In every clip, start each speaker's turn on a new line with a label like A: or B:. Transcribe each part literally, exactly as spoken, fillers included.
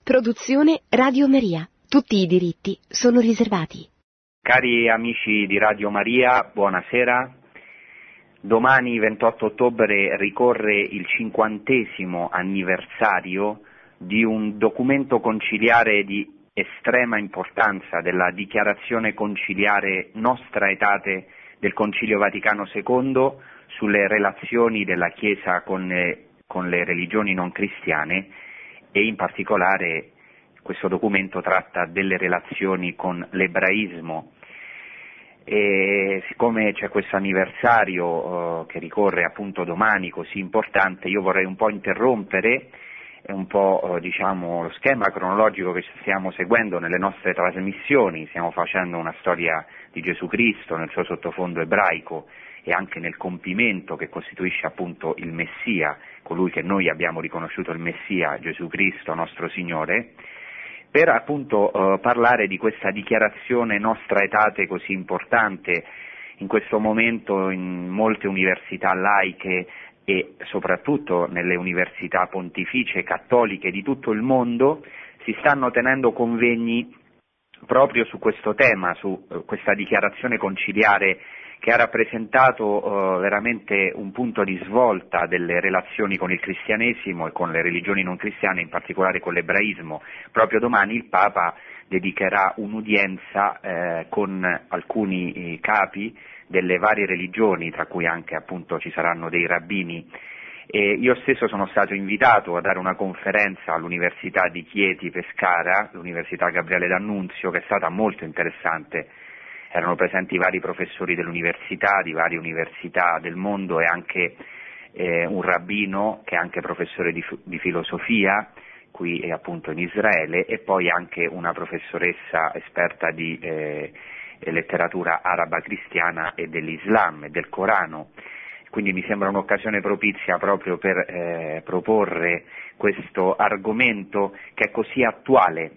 A: Produzione Radio Maria. Tutti i diritti sono riservati.
B: Cari amici di Radio Maria, buonasera. Domani ventotto ottobre ricorre il cinquantesimo anniversario di un documento conciliare di estrema importanza, della dichiarazione conciliare Nostra Aetate del Concilio Vaticano secondo sulle relazioni della Chiesa con le, con le religioni non cristiane, e in particolare questo documento tratta delle relazioni con l'ebraismo. E siccome c'è questo anniversario uh, che ricorre appunto domani, così importante, io vorrei un po' interrompere un po' uh, diciamo lo schema cronologico che stiamo seguendo nelle nostre trasmissioni. Stiamo facendo una storia di Gesù Cristo nel suo sottofondo ebraico e anche nel compimento che costituisce appunto il Messia, colui che noi abbiamo riconosciuto il Messia, Gesù Cristo nostro Signore, per appunto uh, parlare di questa dichiarazione Nostra Aetate così importante. In questo momento in molte università laiche e soprattutto nelle università pontificie cattoliche di tutto il mondo si stanno tenendo convegni proprio su questo tema, su uh, questa dichiarazione conciliare che ha rappresentato uh, veramente un punto di svolta delle relazioni con il cristianesimo e con le religioni non cristiane, in particolare con l'ebraismo. Proprio domani il Papa dedicherà un'udienza eh, con alcuni eh, capi delle varie religioni, tra cui anche appunto ci saranno dei rabbini. E io stesso sono stato invitato a dare una conferenza all'Università di Chieti Pescara, l'Università Gabriele D'Annunzio, che è stata molto interessante. Erano presenti vari professori dell'università, di varie università del mondo, e anche eh, un rabbino che è anche professore di, di filosofia qui e appunto in Israele, e poi anche una professoressa esperta di eh, letteratura araba cristiana e dell'Islam e del Corano. Quindi mi sembra un'occasione propizia proprio per eh, proporre questo argomento che è così attuale.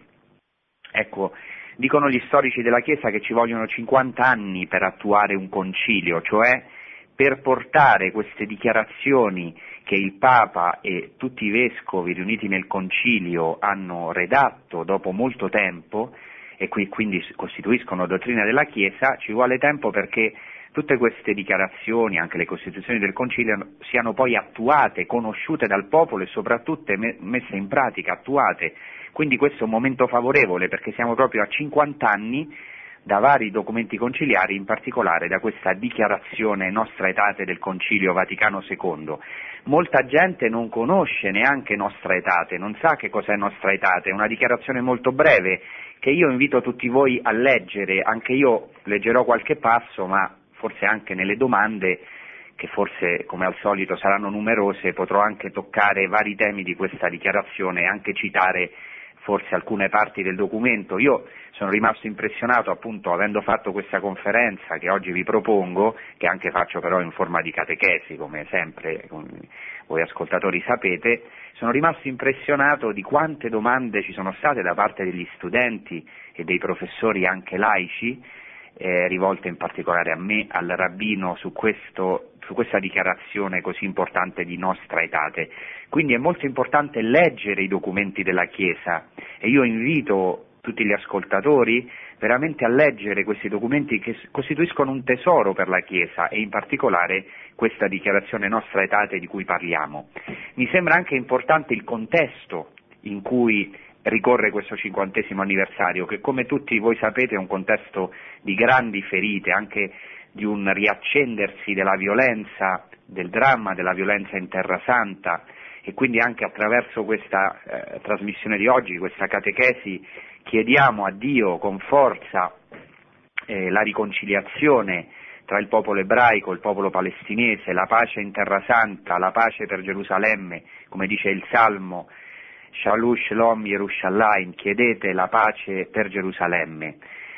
B: Ecco, dicono gli storici della Chiesa che ci vogliono cinquanta anni per attuare un concilio, cioè per portare queste dichiarazioni che il Papa e tutti i vescovi riuniti nel concilio hanno redatto dopo molto tempo, e qui quindi costituiscono dottrina della Chiesa. Ci vuole tempo perché tutte queste dichiarazioni, anche le costituzioni del concilio, siano poi attuate, conosciute dal popolo e soprattutto messe in pratica, attuate. Quindi questo è un momento favorevole, perché siamo proprio a cinquanta anni da vari documenti conciliari, in particolare da questa dichiarazione Nostra Aetate del Concilio Vaticano secondo. Molta gente non conosce neanche Nostra Aetate, non sa che cos'è Nostra Aetate. È una dichiarazione molto breve che io invito tutti voi a leggere. Anche io leggerò qualche passo, ma forse anche nelle domande, che forse come al solito saranno numerose, potrò anche toccare vari temi di questa dichiarazione e anche citare forse alcune parti del documento. Io sono rimasto impressionato, appunto, avendo fatto questa conferenza che oggi vi propongo, che anche faccio però in forma di catechesi, come sempre voi ascoltatori sapete. Sono rimasto impressionato di quante domande ci sono state da parte degli studenti e dei professori anche laici, eh, rivolte in particolare a me, al rabbino, su questo, su questa dichiarazione così importante di Nostra Aetate. Quindi è molto importante leggere i documenti della Chiesa, e io invito tutti gli ascoltatori veramente a leggere questi documenti che costituiscono un tesoro per la Chiesa, e in particolare questa dichiarazione Nostra Aetate di cui parliamo. Mi sembra anche importante il contesto in cui ricorre questo cinquantesimo anniversario, che come tutti voi sapete è un contesto di grandi ferite, anche di un riaccendersi della violenza, del dramma della violenza in Terra Santa, e quindi anche attraverso questa eh, trasmissione di oggi, questa catechesi, chiediamo a Dio con forza eh, la riconciliazione tra il popolo ebraico e il popolo palestinese, la pace in Terra Santa, la pace per Gerusalemme, come dice il Salmo, Shalom Shalom Yerushalayim, chiedete la pace per Gerusalemme.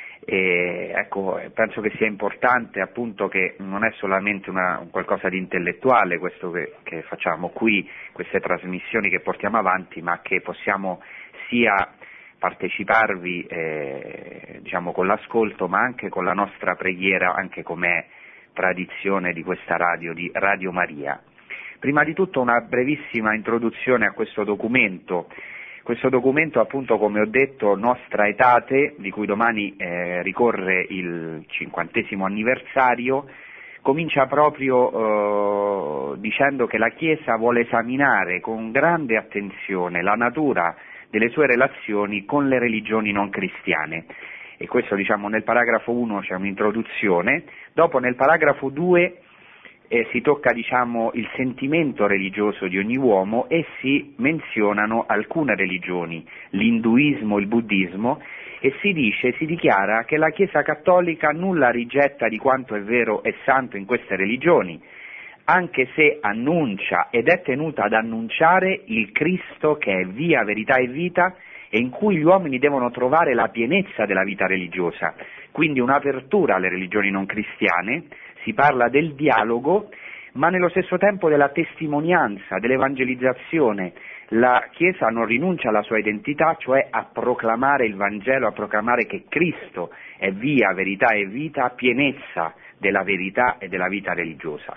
B: E ecco, penso che sia importante appunto che non è solamente una, un qualcosa di intellettuale questo che, che facciamo qui, queste trasmissioni che portiamo avanti, ma che possiamo sia parteciparvi eh, diciamo con l'ascolto, ma anche con la nostra preghiera, anche come tradizione di questa radio, di Radio Maria. Prima di tutto una brevissima introduzione a questo documento. Questo documento, appunto, come ho detto, Nostra Aetate, di cui domani eh, ricorre il cinquantesimo anniversario, comincia proprio eh, dicendo che la Chiesa vuole esaminare con grande attenzione la natura delle sue relazioni con le religioni non cristiane. E questo, diciamo, nel paragrafo uno c'è un'introduzione, dopo nel paragrafo due eh, si tocca, diciamo, il sentimento religioso di ogni uomo e si menzionano alcune religioni, l'induismo, il buddismo, e si dice, si dichiara che la Chiesa Cattolica nulla rigetta di quanto è vero e santo in queste religioni, anche se annuncia ed è tenuta ad annunciare il Cristo che è via, verità e vita, e in cui gli uomini devono trovare la pienezza della vita religiosa, quindi un'apertura alle religioni non cristiane. Si parla del dialogo, ma nello stesso tempo della testimonianza, dell'evangelizzazione. La Chiesa non rinuncia alla sua identità, cioè a proclamare il Vangelo, a proclamare che Cristo è via, verità e vita, pienezza della verità e della vita religiosa.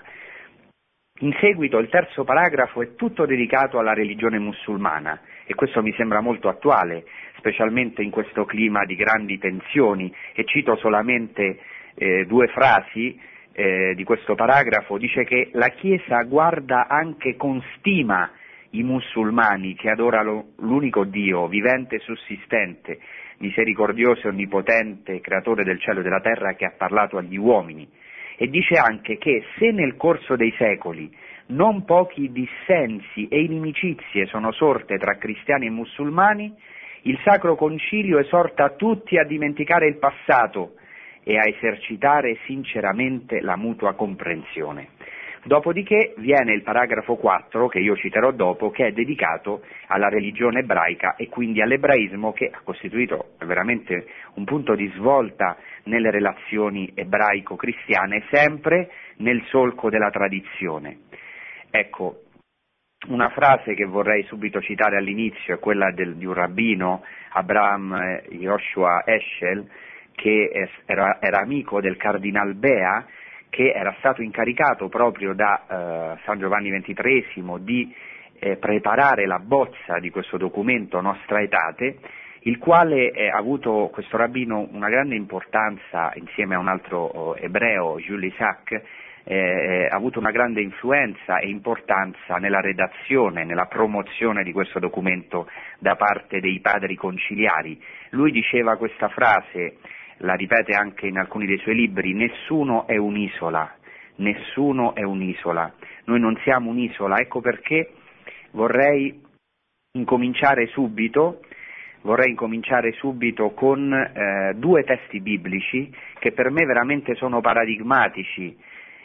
B: In seguito il terzo paragrafo è tutto dedicato alla religione musulmana, e questo mi sembra molto attuale, specialmente in questo clima di grandi tensioni, e cito solamente eh, due frasi eh, di questo paragrafo. Dice che la Chiesa guarda anche con stima i musulmani che adorano l'unico Dio, vivente e sussistente, misericordioso e onnipotente, creatore del cielo e della terra, che ha parlato agli uomini. E dice anche che se nel corso dei secoli non pochi dissensi e inimicizie sono sorte tra cristiani e musulmani, il Sacro Concilio esorta tutti a dimenticare il passato e a esercitare sinceramente la mutua comprensione. Dopodiché viene il paragrafo quattro, che io citerò dopo, che è dedicato alla religione ebraica e quindi all'ebraismo, che ha costituito veramente un punto di svolta nelle relazioni ebraico-cristiane, sempre nel solco della tradizione. Ecco, una frase che vorrei subito citare all'inizio è quella del, di un rabbino, Abraham Yoshua Heschel, che era, era amico del Cardinal Bea, che era stato incaricato proprio da eh, San Giovanni ventitreesimo di eh, preparare la bozza di questo documento Nostra Aetate, il quale eh, ha avuto, questo rabbino, una grande importanza insieme a un altro oh, ebreo, Jules Isaac, eh, ha avuto una grande influenza e importanza nella redazione, nella promozione di questo documento da parte dei padri conciliari. Lui diceva questa frase, la ripete anche in alcuni dei suoi libri: nessuno è un'isola, nessuno è un'isola, noi non siamo un'isola. Ecco perché vorrei incominciare subito, vorrei incominciare subito con eh, due testi biblici che per me veramente sono paradigmatici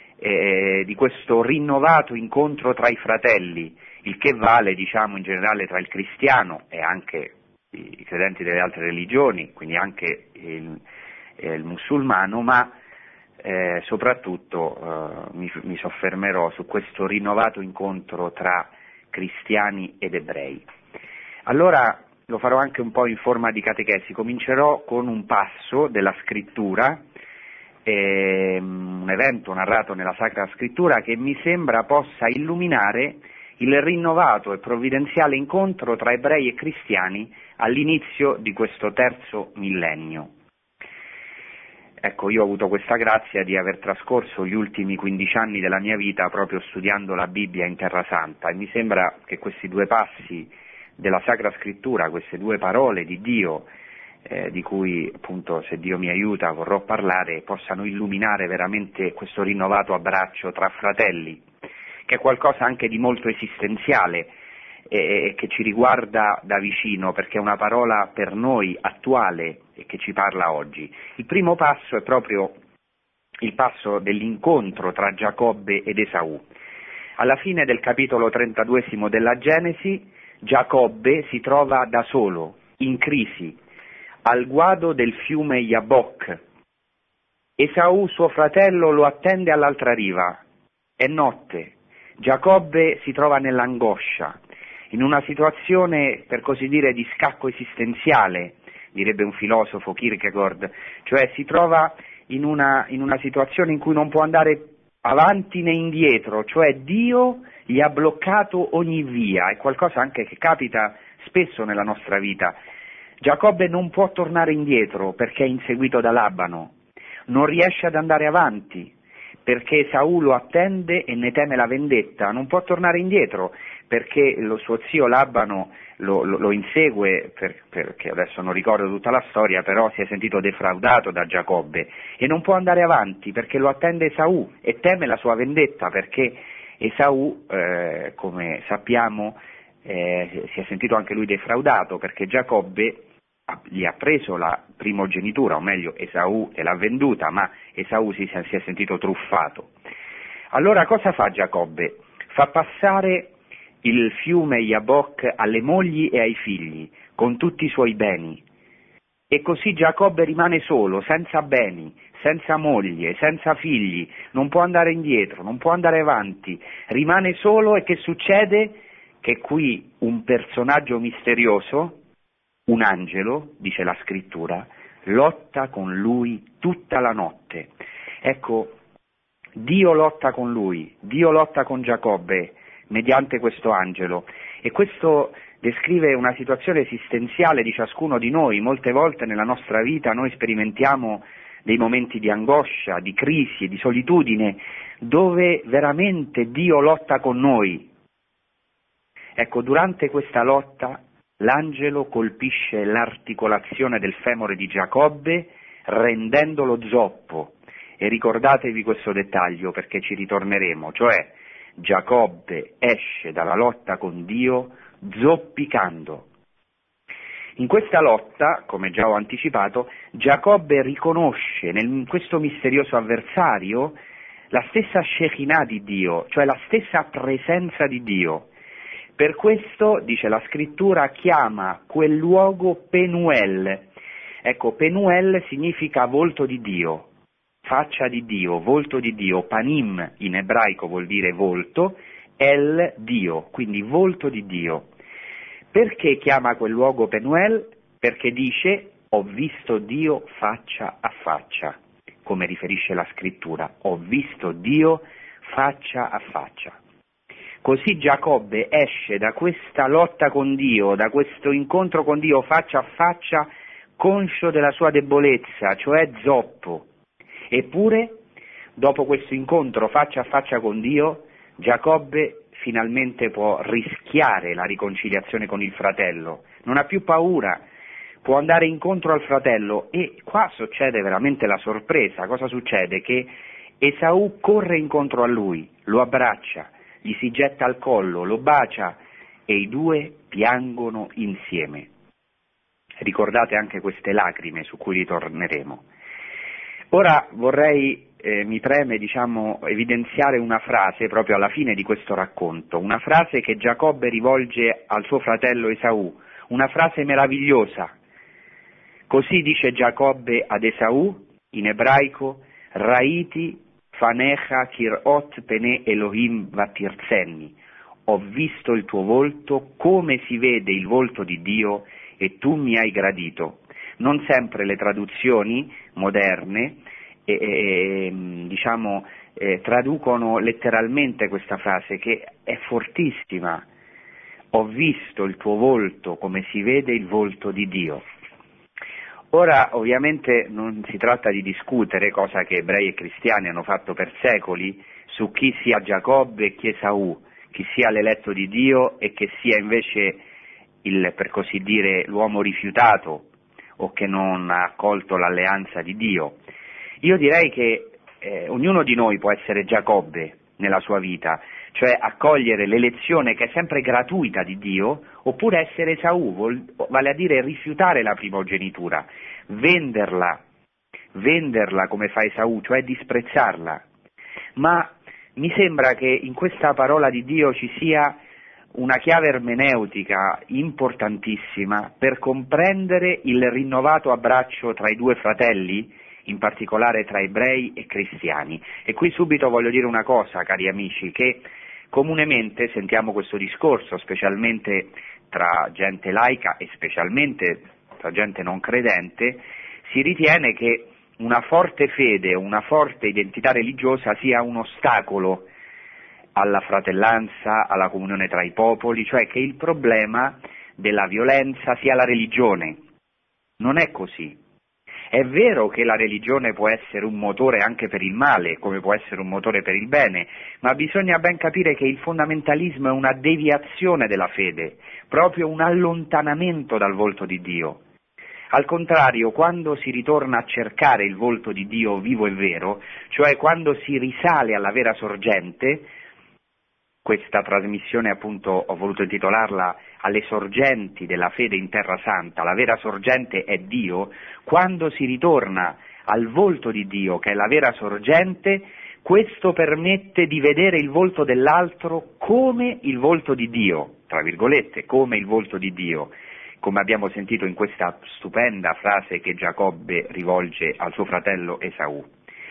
B: eh, di questo rinnovato incontro tra i fratelli, il che vale, diciamo, in generale tra il cristiano e anche i credenti delle altre religioni, quindi anche il, eh, il musulmano, ma eh, soprattutto eh, mi, mi soffermerò su questo rinnovato incontro tra cristiani ed ebrei. Allora lo farò anche un po' in forma di catechesi. Comincerò con un passo della scrittura, eh, un evento narrato nella Sacra Scrittura che mi sembra possa illuminare il rinnovato e provvidenziale incontro tra ebrei e cristiani all'inizio di questo terzo millennio. Ecco, io ho avuto questa grazia di aver trascorso gli ultimi quindici anni della mia vita proprio studiando la Bibbia in Terra Santa, e mi sembra che questi due passi della Sacra Scrittura, queste due parole di Dio, eh, di cui appunto, se Dio mi aiuta, vorrò parlare, possano illuminare veramente questo rinnovato abbraccio tra fratelli, che è qualcosa anche di molto esistenziale e, e che ci riguarda da vicino, perché è una parola per noi attuale e che ci parla oggi. Il primo passo è proprio il passo dell'incontro tra Giacobbe ed Esaù. Alla fine del capitolo trentaduesimo della Genesi, Giacobbe si trova da solo, in crisi, al guado del fiume Yabok. Esaù, suo fratello, lo attende all'altra riva. È notte. Giacobbe si trova nell'angoscia, in una situazione, per così dire, di scacco esistenziale, direbbe un filosofo, Kierkegaard, cioè si trova in una, in una situazione in cui non può andare avanti né indietro, cioè Dio gli ha bloccato ogni via. È qualcosa anche che capita spesso nella nostra vita. Giacobbe non può tornare indietro perché è inseguito da Labano, non riesce ad andare avanti perché Esaù lo attende e ne teme la vendetta, non può tornare indietro perché lo suo zio Labano lo, lo, lo insegue, per, perché adesso non ricordo tutta la storia, però si è sentito defraudato da Giacobbe e non può andare avanti perché lo attende Esaù e teme la sua vendetta perché Esaù, eh, come sappiamo, eh, si è sentito anche lui defraudato perché Giacobbe gli ha preso la primogenitura, o meglio Esaù e l'ha venduta, ma Esaù si, si è sentito truffato. Allora cosa fa Giacobbe? Fa passare il fiume Yabok alle mogli e ai figli, con tutti i suoi beni. E così Giacobbe rimane solo, senza beni, senza moglie, senza figli, non può andare indietro, non può andare avanti, rimane solo e che succede? Che qui un personaggio misterioso, un angelo, dice la scrittura, lotta con lui tutta la notte. Ecco, Dio lotta con lui, Dio lotta con Giacobbe mediante questo angelo e questo descrive una situazione esistenziale di ciascuno di noi. Molte volte nella nostra vita noi sperimentiamo dei momenti di angoscia, di crisi, di solitudine, dove veramente Dio lotta con noi. Ecco, durante questa lotta l'angelo colpisce l'articolazione del femore di Giacobbe rendendolo zoppo. E ricordatevi questo dettaglio perché ci ritorneremo, cioè Giacobbe esce dalla lotta con Dio zoppicando. In questa lotta, come già ho anticipato, Giacobbe riconosce in questo misterioso avversario la stessa Shekinah di Dio, cioè la stessa presenza di Dio. Per questo, dice la scrittura, chiama quel luogo Penuel. Ecco, Penuel significa volto di Dio, faccia di Dio, volto di Dio. Panim in ebraico vuol dire volto, El Dio, quindi volto di Dio. Perché chiama quel luogo Penuel? Perché dice ho visto Dio faccia a faccia, come riferisce la scrittura, ho visto Dio faccia a faccia. Così Giacobbe esce da questa lotta con Dio, da questo incontro con Dio faccia a faccia, conscio della sua debolezza, cioè zoppo. Eppure, dopo questo incontro faccia a faccia con Dio, Giacobbe finalmente può rischiare la riconciliazione con il fratello, non ha più paura, può andare incontro al fratello e qua succede veramente la sorpresa. Cosa succede? Che Esaù corre incontro a lui, lo abbraccia, gli si getta al collo, lo bacia e i due piangono insieme. Ricordate anche queste lacrime su cui ritorneremo. Ora vorrei, eh, mi preme diciamo, evidenziare una frase proprio alla fine di questo racconto, una frase che Giacobbe rivolge al suo fratello Esaù, una frase meravigliosa. Così dice Giacobbe ad Esaù, in ebraico, Raiti fanecha kirot pene Elohim vatirzenni, ho visto il tuo volto come si vede il volto di Dio e tu mi hai gradito. Non sempre le traduzioni moderne eh, eh, diciamo, eh, traducono letteralmente questa frase che è fortissima. Ho visto il tuo volto come si vede il volto di Dio. Ora ovviamente non si tratta di discutere, cosa che ebrei e cristiani hanno fatto per secoli, su chi sia Giacobbe e chi Esaù, chi sia l'eletto di Dio e che sia invece il, per così dire, l'uomo rifiutato o che non ha accolto l'alleanza di Dio. Io direi che eh, ognuno di noi può essere Giacobbe nella sua vita, cioè accogliere l'elezione che è sempre gratuita di Dio, oppure essere Esaù, vol- vale a dire rifiutare la primogenitura, venderla, venderla come fa Esaù, cioè disprezzarla. Ma mi sembra che in questa parola di Dio ci sia una chiave ermeneutica importantissima per comprendere il rinnovato abbraccio tra i due fratelli, in particolare tra ebrei e cristiani. E qui subito voglio dire una cosa, cari amici, che comunemente sentiamo questo discorso, specialmente tra gente laica e specialmente tra gente non credente, si ritiene che una forte fede, una forte identità religiosa sia un ostacolo alla fratellanza, alla comunione tra i popoli, cioè che il problema della violenza sia la religione. Non è così. È vero che la religione può essere un motore anche per il male, come può essere un motore per il bene, ma bisogna ben capire che il fondamentalismo è una deviazione della fede, proprio un allontanamento dal volto di Dio. Al contrario, quando si ritorna a cercare il volto di Dio vivo e vero, cioè quando si risale alla vera sorgente, questa trasmissione appunto ho voluto intitolarla alle sorgenti della fede in terra santa, la vera sorgente è Dio, quando si ritorna al volto di Dio che è la vera sorgente, questo permette di vedere il volto dell'altro come il volto di Dio, tra virgolette, come il volto di Dio, come abbiamo sentito in questa stupenda frase che Giacobbe rivolge al suo fratello Esaù.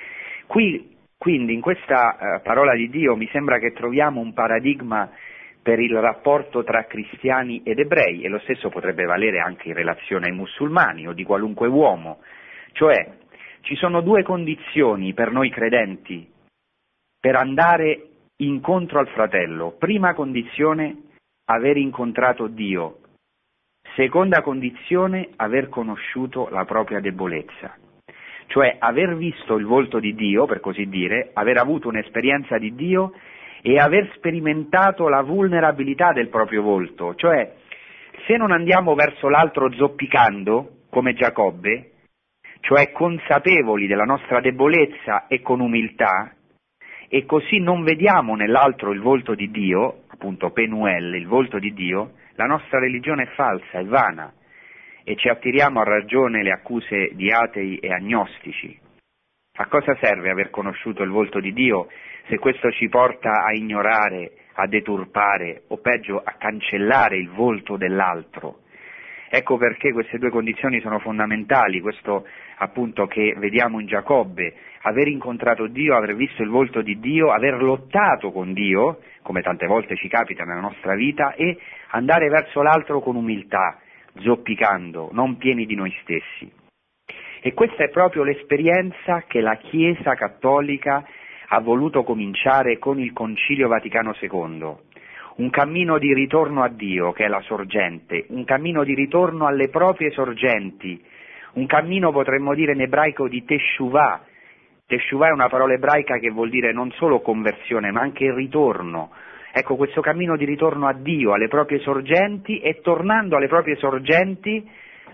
B: Qui Quindi in questa eh, parola di Dio mi sembra che troviamo un paradigma per il rapporto tra cristiani ed ebrei, e lo stesso potrebbe valere anche in relazione ai musulmani o di qualunque uomo. Cioè, ci sono due condizioni per noi credenti per andare incontro al fratello. Prima condizione, aver incontrato Dio. Seconda condizione, aver conosciuto la propria debolezza. Cioè aver visto il volto di Dio, per così dire, aver avuto un'esperienza di Dio e aver sperimentato la vulnerabilità del proprio volto. Cioè, se non andiamo verso l'altro zoppicando, come Giacobbe, cioè consapevoli della nostra debolezza e con umiltà, e così non vediamo nell'altro il volto di Dio, appunto Penuel, il volto di Dio, la nostra religione è falsa, è vana. E ci attiriamo a ragione le accuse di atei e agnostici. A cosa serve aver conosciuto il volto di Dio se questo ci porta a ignorare, a deturpare o peggio a cancellare il volto dell'altro? Ecco perché queste due condizioni sono fondamentali, questo appunto che vediamo in Giacobbe, aver incontrato Dio, aver visto il volto di Dio, aver lottato con Dio, come tante volte ci capita nella nostra vita, e andare verso l'altro con umiltà, zoppicando, non pieni di noi stessi. E questa è proprio l'esperienza che la Chiesa Cattolica ha voluto cominciare con il Concilio Vaticano secondo, un cammino di ritorno a Dio che è la sorgente, un cammino di ritorno alle proprie sorgenti, un cammino potremmo dire in ebraico di teshuvah. Teshuvah è una parola ebraica che vuol dire non solo conversione ma anche ritorno. Ecco, questo cammino di ritorno a Dio, alle proprie sorgenti, e tornando alle proprie sorgenti,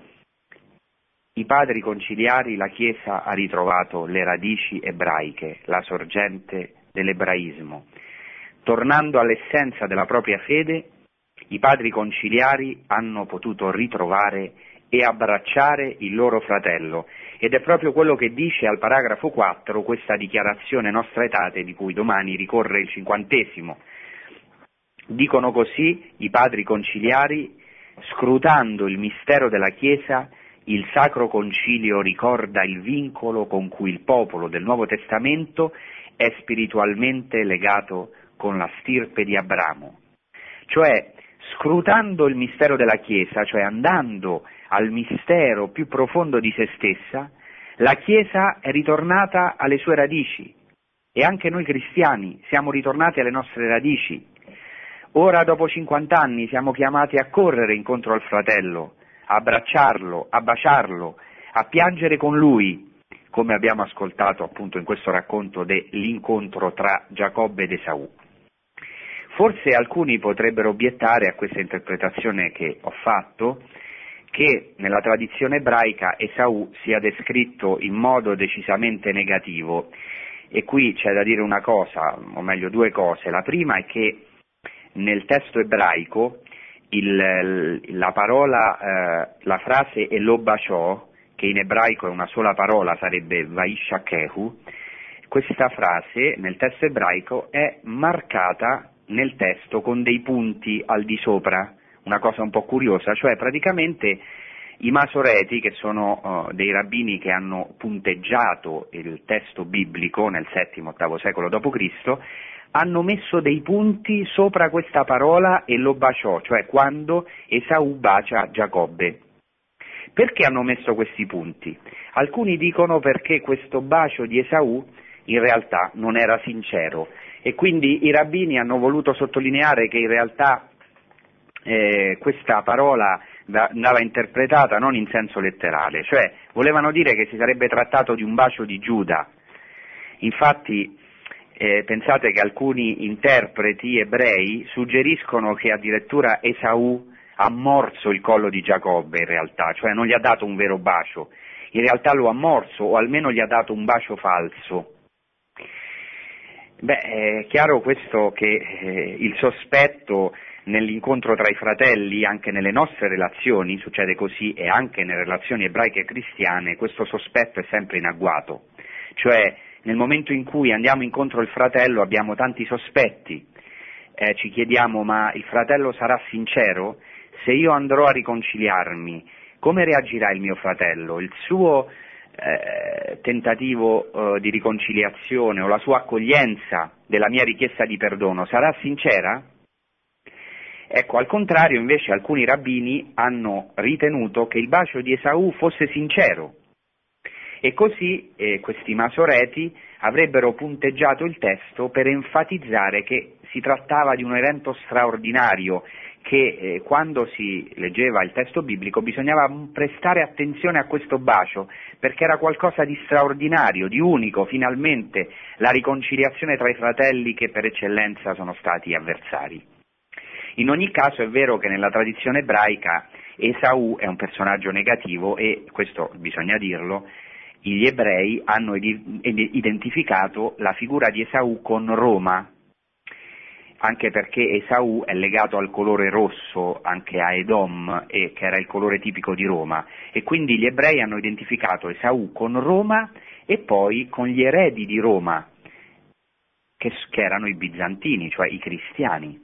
B: i padri conciliari, la Chiesa ha ritrovato le radici ebraiche, la sorgente dell'ebraismo. Tornando all'essenza della propria fede, i padri conciliari hanno potuto ritrovare e abbracciare il loro fratello, ed è proprio quello che dice al paragrafo quattro questa dichiarazione Nostra Aetate, di cui domani ricorre il cinquantesimo. Dicono così i padri conciliari: scrutando il mistero della Chiesa, il Sacro Concilio ricorda il vincolo con cui il popolo del Nuovo Testamento è spiritualmente legato con la stirpe di Abramo. Cioè, scrutando il mistero della Chiesa, cioè andando al mistero più profondo di se stessa, la Chiesa è ritornata alle sue radici, e anche noi cristiani siamo ritornati alle nostre radici. Ora, dopo cinquanta anni, siamo chiamati a correre incontro al fratello, a abbracciarlo, a baciarlo, a piangere con lui, come abbiamo ascoltato appunto in questo racconto dell'incontro tra Giacobbe ed Esaù. Forse alcuni potrebbero obiettare a questa interpretazione che ho fatto, che nella tradizione ebraica Esaù sia descritto in modo decisamente negativo, e qui c'è da dire una cosa, o meglio due cose. La prima è che nel testo ebraico il, la parola, eh, la frase Elo baciò, che in ebraico è una sola parola, sarebbe Vaishakehu, questa frase nel testo ebraico è marcata nel testo con dei punti al di sopra, una cosa un po' curiosa, cioè praticamente i masoreti, che sono uh, dei rabbini che hanno punteggiato il testo biblico nel settimo ottavo secolo dopo Cristo, hanno messo dei punti sopra questa parola e lo baciò, cioè quando Esaù bacia Giacobbe. Perché hanno messo questi punti? Alcuni dicono perché questo bacio di Esaù in realtà non era sincero, e quindi i rabbini hanno voluto sottolineare che in realtà eh, questa parola da, andava interpretata non in senso letterale, cioè volevano dire che si sarebbe trattato di un bacio di Giuda. Infatti eh, pensate che alcuni interpreti ebrei suggeriscono che addirittura Esaù ha morso il collo di Giacobbe in realtà, cioè non gli ha dato un vero bacio, in realtà lo ha morso o almeno gli ha dato un bacio falso. Beh, è chiaro questo che eh, il sospetto nell'incontro tra i fratelli, anche nelle nostre relazioni, succede così, e anche nelle relazioni ebraiche e cristiane, questo sospetto è sempre in agguato. Cioè, nel momento in cui andiamo incontro al fratello abbiamo tanti sospetti, eh, ci chiediamo: ma il fratello sarà sincero? Se io andrò a riconciliarmi, come reagirà il mio fratello? Il suo eh, tentativo eh, di riconciliazione o la sua accoglienza della mia richiesta di perdono sarà sincera? Ecco, al contrario, invece, alcuni rabbini hanno ritenuto che il bacio di Esaù fosse sincero, e così eh, questi masoreti avrebbero punteggiato il testo per enfatizzare che si trattava di un evento straordinario, che eh, quando si leggeva il testo biblico bisognava prestare attenzione a questo bacio, perché era qualcosa di straordinario, di unico, finalmente la riconciliazione tra i fratelli che per eccellenza sono stati avversari. In ogni caso è vero che nella tradizione ebraica Esaù è un personaggio negativo e, questo bisogna dirlo, gli ebrei hanno identificato la figura di Esaù con Roma, anche perché Esaù è legato al colore rosso, anche a Edom, e che era il colore tipico di Roma, e quindi gli ebrei hanno identificato Esaù con Roma e poi con gli eredi di Roma, che, che erano i bizantini, cioè i cristiani.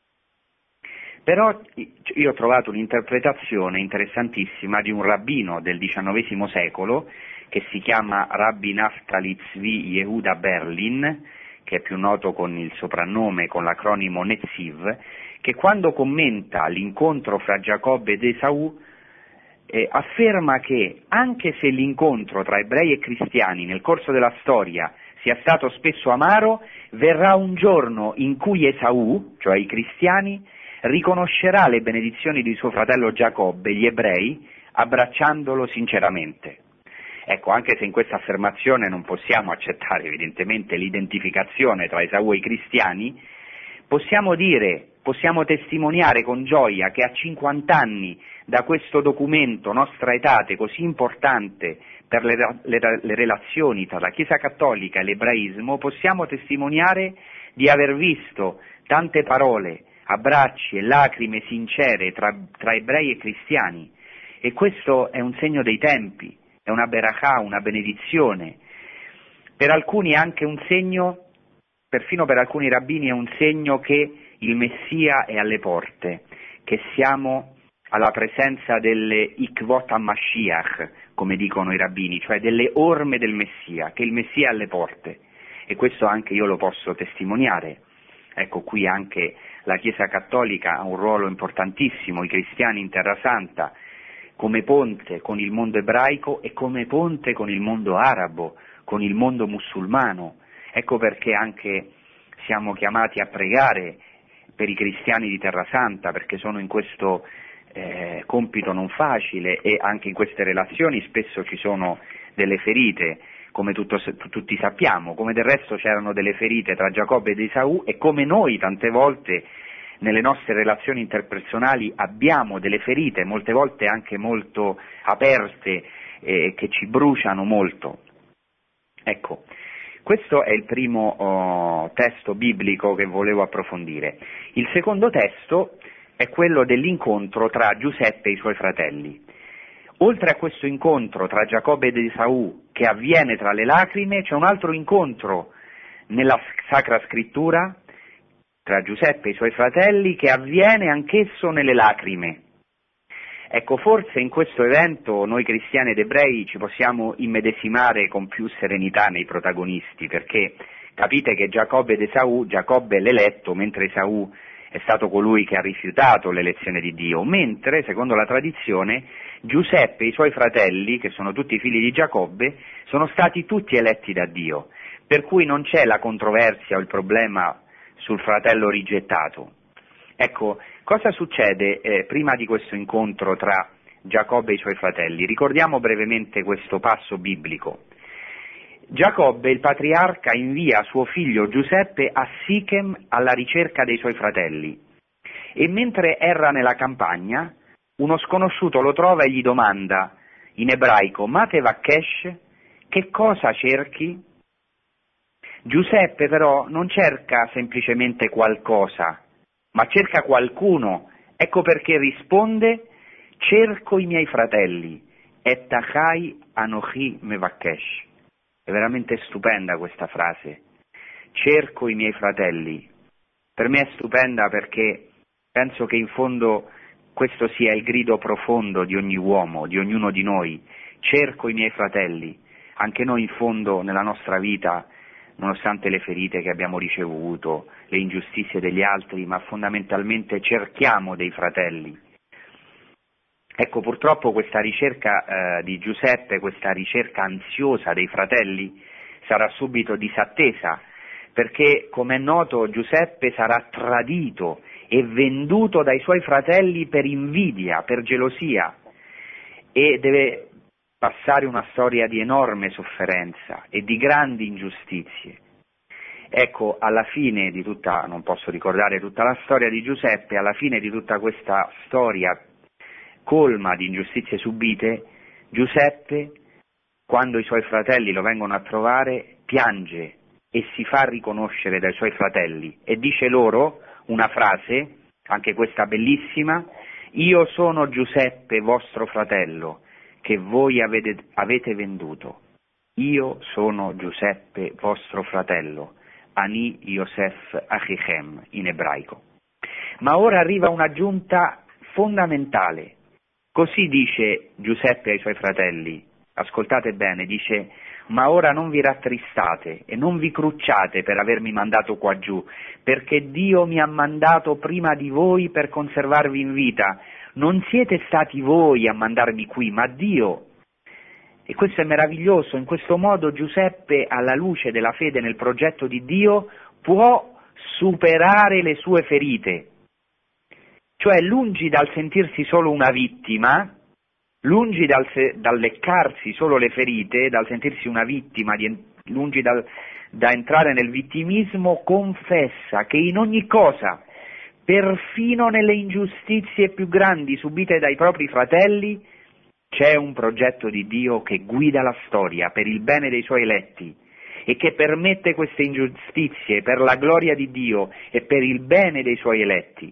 B: Però io ho trovato un'interpretazione interessantissima di un rabbino del diciannovesimo secolo che si chiama Rabbi Naftali Tzvi Yehuda Berlin, che è più noto con il soprannome, con l'acronimo Netziv, che quando commenta l'incontro fra Giacobbe ed Esaù eh, afferma che anche se l'incontro tra ebrei e cristiani nel corso della storia sia stato spesso amaro, verrà un giorno in cui Esaù, cioè i cristiani, riconoscerà le benedizioni di suo fratello Giacobbe, gli ebrei, abbracciandolo sinceramente. Ecco, anche se in questa affermazione non possiamo accettare evidentemente l'identificazione tra Esaù e i cristiani, possiamo dire, possiamo testimoniare con gioia che a cinquanta anni da questo documento Nostra Aetate così importante per le, le, le relazioni tra la Chiesa Cattolica e l'ebraismo, possiamo testimoniare di aver visto tante parole, abbracci e lacrime sincere tra, tra ebrei e cristiani, e questo è un segno dei tempi, è una berakah, una benedizione. Per alcuni è anche un segno, perfino per alcuni rabbini è un segno che il Messia è alle porte, che siamo alla presenza delle Ikvot HaMashiach, come dicono i rabbini, cioè delle orme del Messia, che il Messia è alle porte, e questo anche io lo posso testimoniare. Ecco, qui anche la Chiesa Cattolica ha un ruolo importantissimo, i cristiani in Terra Santa, come ponte con il mondo ebraico e come ponte con il mondo arabo, con il mondo musulmano. Ecco perché anche siamo chiamati a pregare per i cristiani di Terra Santa, perché sono in questo eh, compito non facile, e anche in queste relazioni spesso ci sono delle ferite, come tutto, tutti sappiamo, come del resto c'erano delle ferite tra Giacobbe ed Esaù, e come noi tante volte nelle nostre relazioni interpersonali abbiamo delle ferite, molte volte anche molto aperte, eh, che ci bruciano molto. Ecco, questo è il primo oh, testo biblico che volevo approfondire. Il secondo testo è quello dell'incontro tra Giuseppe e i suoi fratelli. Oltre a questo incontro tra Giacobbe ed Esaù, che avviene tra le lacrime, c'è un altro incontro nella Sacra Scrittura tra Giuseppe e i suoi fratelli, che avviene anch'esso nelle lacrime. Ecco, forse in questo evento noi cristiani ed ebrei ci possiamo immedesimare con più serenità nei protagonisti, perché capite che Giacobbe ed Esaù, Giacobbe è l'eletto, mentre Esaù è stato colui che ha rifiutato l'elezione di Dio, mentre, secondo la tradizione, Giuseppe e i suoi fratelli, che sono tutti figli di Giacobbe, sono stati tutti eletti da Dio, per cui non c'è la controversia o il problema sul fratello rigettato. Ecco, cosa succede eh, prima di questo incontro tra Giacobbe e i suoi fratelli? Ricordiamo brevemente questo passo biblico. Giacobbe, il patriarca, invia suo figlio Giuseppe a Sichem alla ricerca dei suoi fratelli e mentre erra nella campagna uno sconosciuto lo trova e gli domanda in ebraico Mate Vakkesh, che cosa cerchi? Giuseppe però non cerca semplicemente qualcosa, ma cerca qualcuno. Ecco perché risponde cerco i miei fratelli, et tachai anochi mevakkesh. È veramente stupenda questa frase, cerco i miei fratelli. Per me è stupenda perché penso che in fondo questo sia il grido profondo di ogni uomo, di ognuno di noi, cerco i miei fratelli. Anche noi in fondo nella nostra vita, nonostante le ferite che abbiamo ricevuto, le ingiustizie degli altri, ma fondamentalmente cerchiamo dei fratelli. Ecco, purtroppo questa ricerca eh, di Giuseppe, questa ricerca ansiosa dei fratelli, sarà subito disattesa, perché, come è noto, Giuseppe sarà tradito e venduto dai suoi fratelli per invidia, per gelosia, e deve passare una storia di enorme sofferenza e di grandi ingiustizie. Ecco, alla fine di tutta, non posso ricordare tutta la storia di Giuseppe, alla fine di tutta questa storia colma di ingiustizie subite, Giuseppe, quando i suoi fratelli lo vengono a trovare, piange e si fa riconoscere dai suoi fratelli e dice loro una frase, anche questa bellissima: io sono Giuseppe, vostro fratello, che voi avete, avete venduto. Io sono Giuseppe, vostro fratello, Ani Yosef Achichem in ebraico. Ma ora arriva un'aggiunta fondamentale. Così dice Giuseppe ai suoi fratelli, ascoltate bene, dice: ma ora non vi rattristate e non vi crucciate per avermi mandato qua giù, perché Dio mi ha mandato prima di voi per conservarvi in vita. Non siete stati voi a mandarmi qui, ma Dio. E questo è meraviglioso, in questo modo Giuseppe, alla luce della fede nel progetto di Dio, può superare le sue ferite. Cioè, lungi dal sentirsi solo una vittima, lungi dal, dal leccarsi solo le ferite, dal sentirsi una vittima, di, lungi dal, da entrare nel vittimismo, confessa che in ogni cosa, perfino nelle ingiustizie più grandi subite dai propri fratelli, c'è un progetto di Dio che guida la storia per il bene dei suoi eletti e che permette queste ingiustizie per la gloria di Dio e per il bene dei suoi eletti.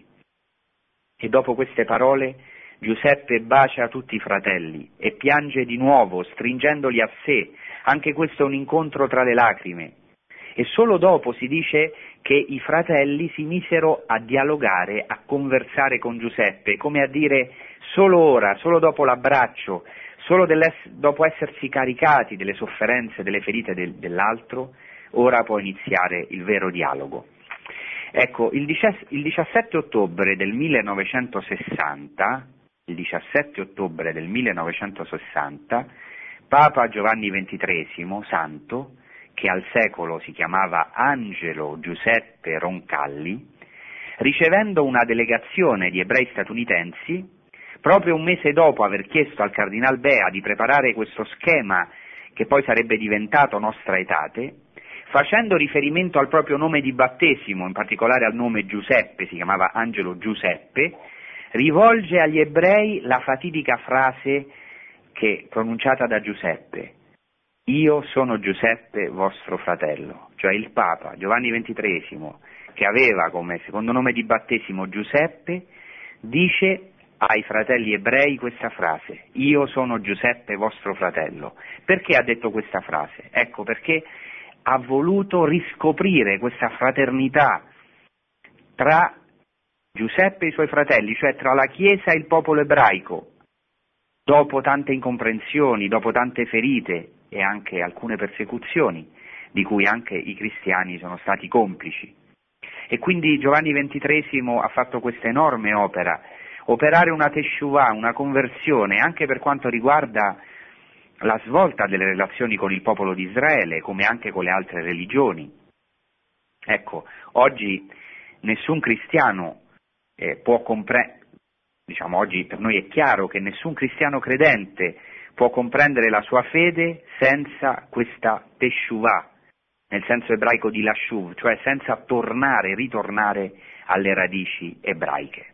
B: E dopo queste parole Giuseppe bacia tutti i fratelli e piange di nuovo, stringendoli a sé. Anche questo è un incontro tra le lacrime. E solo dopo si dice che i fratelli si misero a dialogare, a conversare con Giuseppe, come a dire: solo ora, solo dopo l'abbraccio, solo dopo essersi caricati delle sofferenze, delle ferite del, dell'altro, ora può iniziare il vero dialogo. Ecco, il diciassette ottobre del millenovecentosessanta, il diciassette ottobre del millenovecentosessanta, Papa Giovanni ventitreesimo, santo, che al secolo si chiamava Angelo Giuseppe Roncalli, ricevendo una delegazione di ebrei statunitensi, proprio un mese dopo aver chiesto al Cardinal Bea di preparare questo schema che poi sarebbe diventato Nostra Aetate, facendo riferimento al proprio nome di battesimo, in particolare al nome Giuseppe, si chiamava Angelo Giuseppe, rivolge agli ebrei la fatidica frase che, pronunciata da Giuseppe: io sono Giuseppe vostro fratello. Cioè il Papa Giovanni ventitreesimo, che aveva come secondo nome di battesimo Giuseppe, dice ai fratelli ebrei questa frase: io sono Giuseppe vostro fratello. Perché ha detto questa frase? Ecco, perché ha voluto riscoprire questa fraternità tra Giuseppe e i suoi fratelli, cioè tra la Chiesa e il popolo ebraico, dopo tante incomprensioni, dopo tante ferite e anche alcune persecuzioni, di cui anche i cristiani sono stati complici. E quindi Giovanni ventitreesimo ha fatto questa enorme opera, operare una teshuvah, una conversione, anche per quanto riguarda la svolta delle relazioni con il popolo di Israele, come anche con le altre religioni. Ecco, oggi nessun cristiano eh, può comprendere, diciamo oggi per noi è chiaro che nessun cristiano credente può comprendere la sua fede senza questa teshuvah, nel senso ebraico di lashuv, cioè senza tornare, ritornare alle radici ebraiche.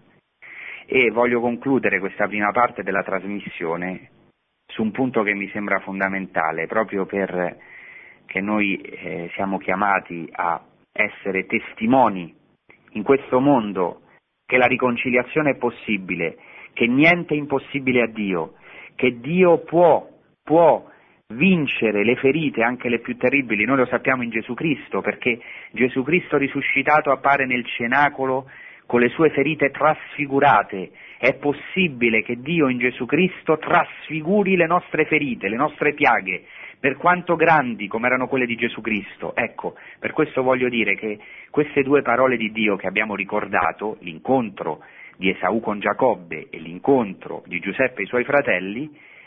B: E voglio concludere questa prima parte della trasmissione su un punto che mi sembra fondamentale, proprio per che noi eh, siamo chiamati a essere testimoni in questo mondo che la riconciliazione è possibile, che niente è impossibile a Dio, che Dio può, può vincere le ferite, anche le più terribili. Noi lo sappiamo in Gesù Cristo, perché Gesù Cristo risuscitato appare nel cenacolo con le sue ferite trasfigurate. È possibile che Dio in Gesù Cristo trasfiguri le nostre ferite, le nostre piaghe, per quanto grandi come erano quelle di Gesù Cristo. Ecco, per questo voglio dire che queste due parole di Dio che abbiamo ricordato, l'incontro di Esaù con Giacobbe e l'incontro di Giuseppe e i suoi fratelli,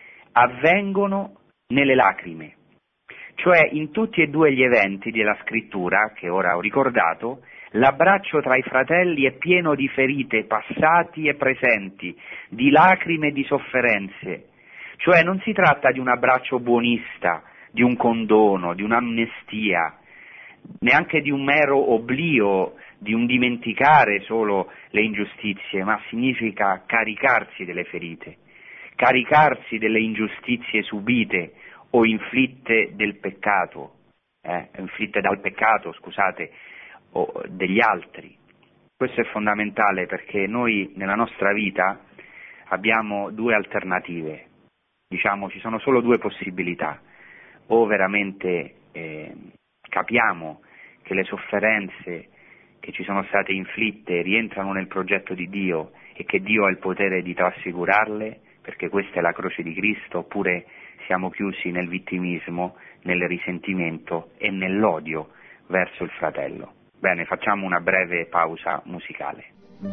B: avvengono nelle lacrime. Cioè in tutti e due gli eventi della scrittura, che ora ho ricordato, l'abbraccio tra i fratelli è pieno di ferite passati e presenti, di lacrime e di sofferenze. Cioè non si tratta di un abbraccio buonista, di un condono, di un'amnestia, neanche di un mero oblio, di un dimenticare solo le ingiustizie, ma significa caricarsi delle ferite, caricarsi delle ingiustizie subite o inflitte del peccato, eh, inflitte dal peccato, scusate, o degli altri. Questo è fondamentale perché noi nella nostra vita abbiamo due alternative, diciamo ci sono solo due possibilità: o veramente eh, capiamo che le sofferenze che ci sono state inflitte rientrano nel progetto di Dio e che Dio ha il potere di trasfigurarle, perché questa è la croce di Cristo, oppure siamo chiusi nel vittimismo, nel risentimento e nell'odio verso il fratello. Bene, facciamo una breve pausa musicale.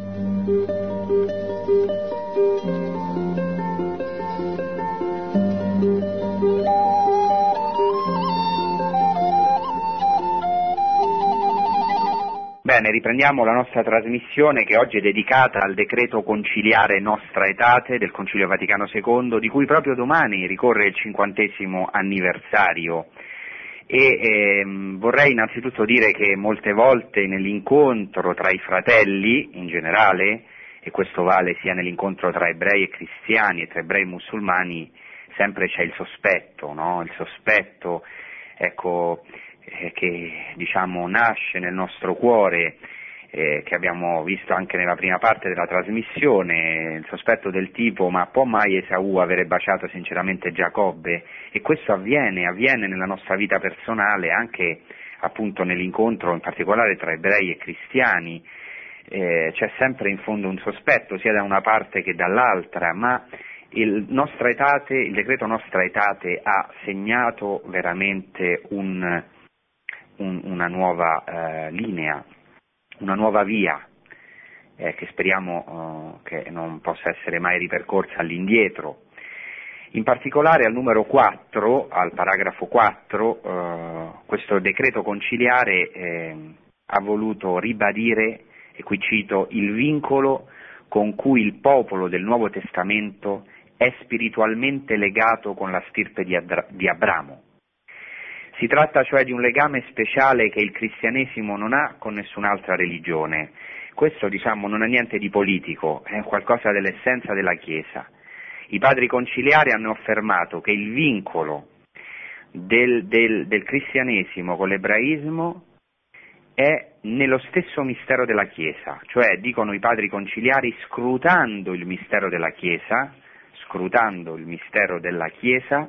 B: Bene, riprendiamo la nostra trasmissione che oggi è dedicata al decreto conciliare Nostra Aetate del Concilio Vaticano secondo, di cui proprio domani ricorre il cinquantesimo anniversario. E ehm, vorrei innanzitutto dire che molte volte nell'incontro tra i fratelli in generale, e questo vale sia nell'incontro tra ebrei e cristiani e tra ebrei e musulmani, sempre c'è il sospetto, no? Il sospetto, ecco, eh, che diciamo nasce nel nostro cuore, eh, che abbiamo visto anche nella prima parte della trasmissione, il sospetto del tipo: ma può mai Esaù avere baciato sinceramente Giacobbe? E questo avviene, avviene nella nostra vita personale, anche appunto nell'incontro in particolare tra ebrei e cristiani, eh, c'è sempre in fondo un sospetto sia da una parte che dall'altra, ma il, Nostra Aetate, il decreto Nostra Aetate ha segnato veramente un, un, una nuova eh, linea, una nuova via, eh, che speriamo eh, che non possa essere mai ripercorsa all'indietro. In particolare al numero quattro, al paragrafo quattro, eh, questo decreto conciliare eh, ha voluto ribadire, e qui cito, il vincolo con cui il popolo del Nuovo Testamento è spiritualmente legato con la stirpe di, Adra- di Abramo. Si tratta cioè di un legame speciale che il cristianesimo non ha con nessun'altra religione. Questo, diciamo, non è niente di politico, è qualcosa dell'essenza della Chiesa. I padri conciliari hanno affermato che il vincolo del, del, del cristianesimo con l'ebraismo è nello stesso mistero della Chiesa, cioè, dicono i padri conciliari, scrutando il mistero della Chiesa, scrutando il mistero della Chiesa,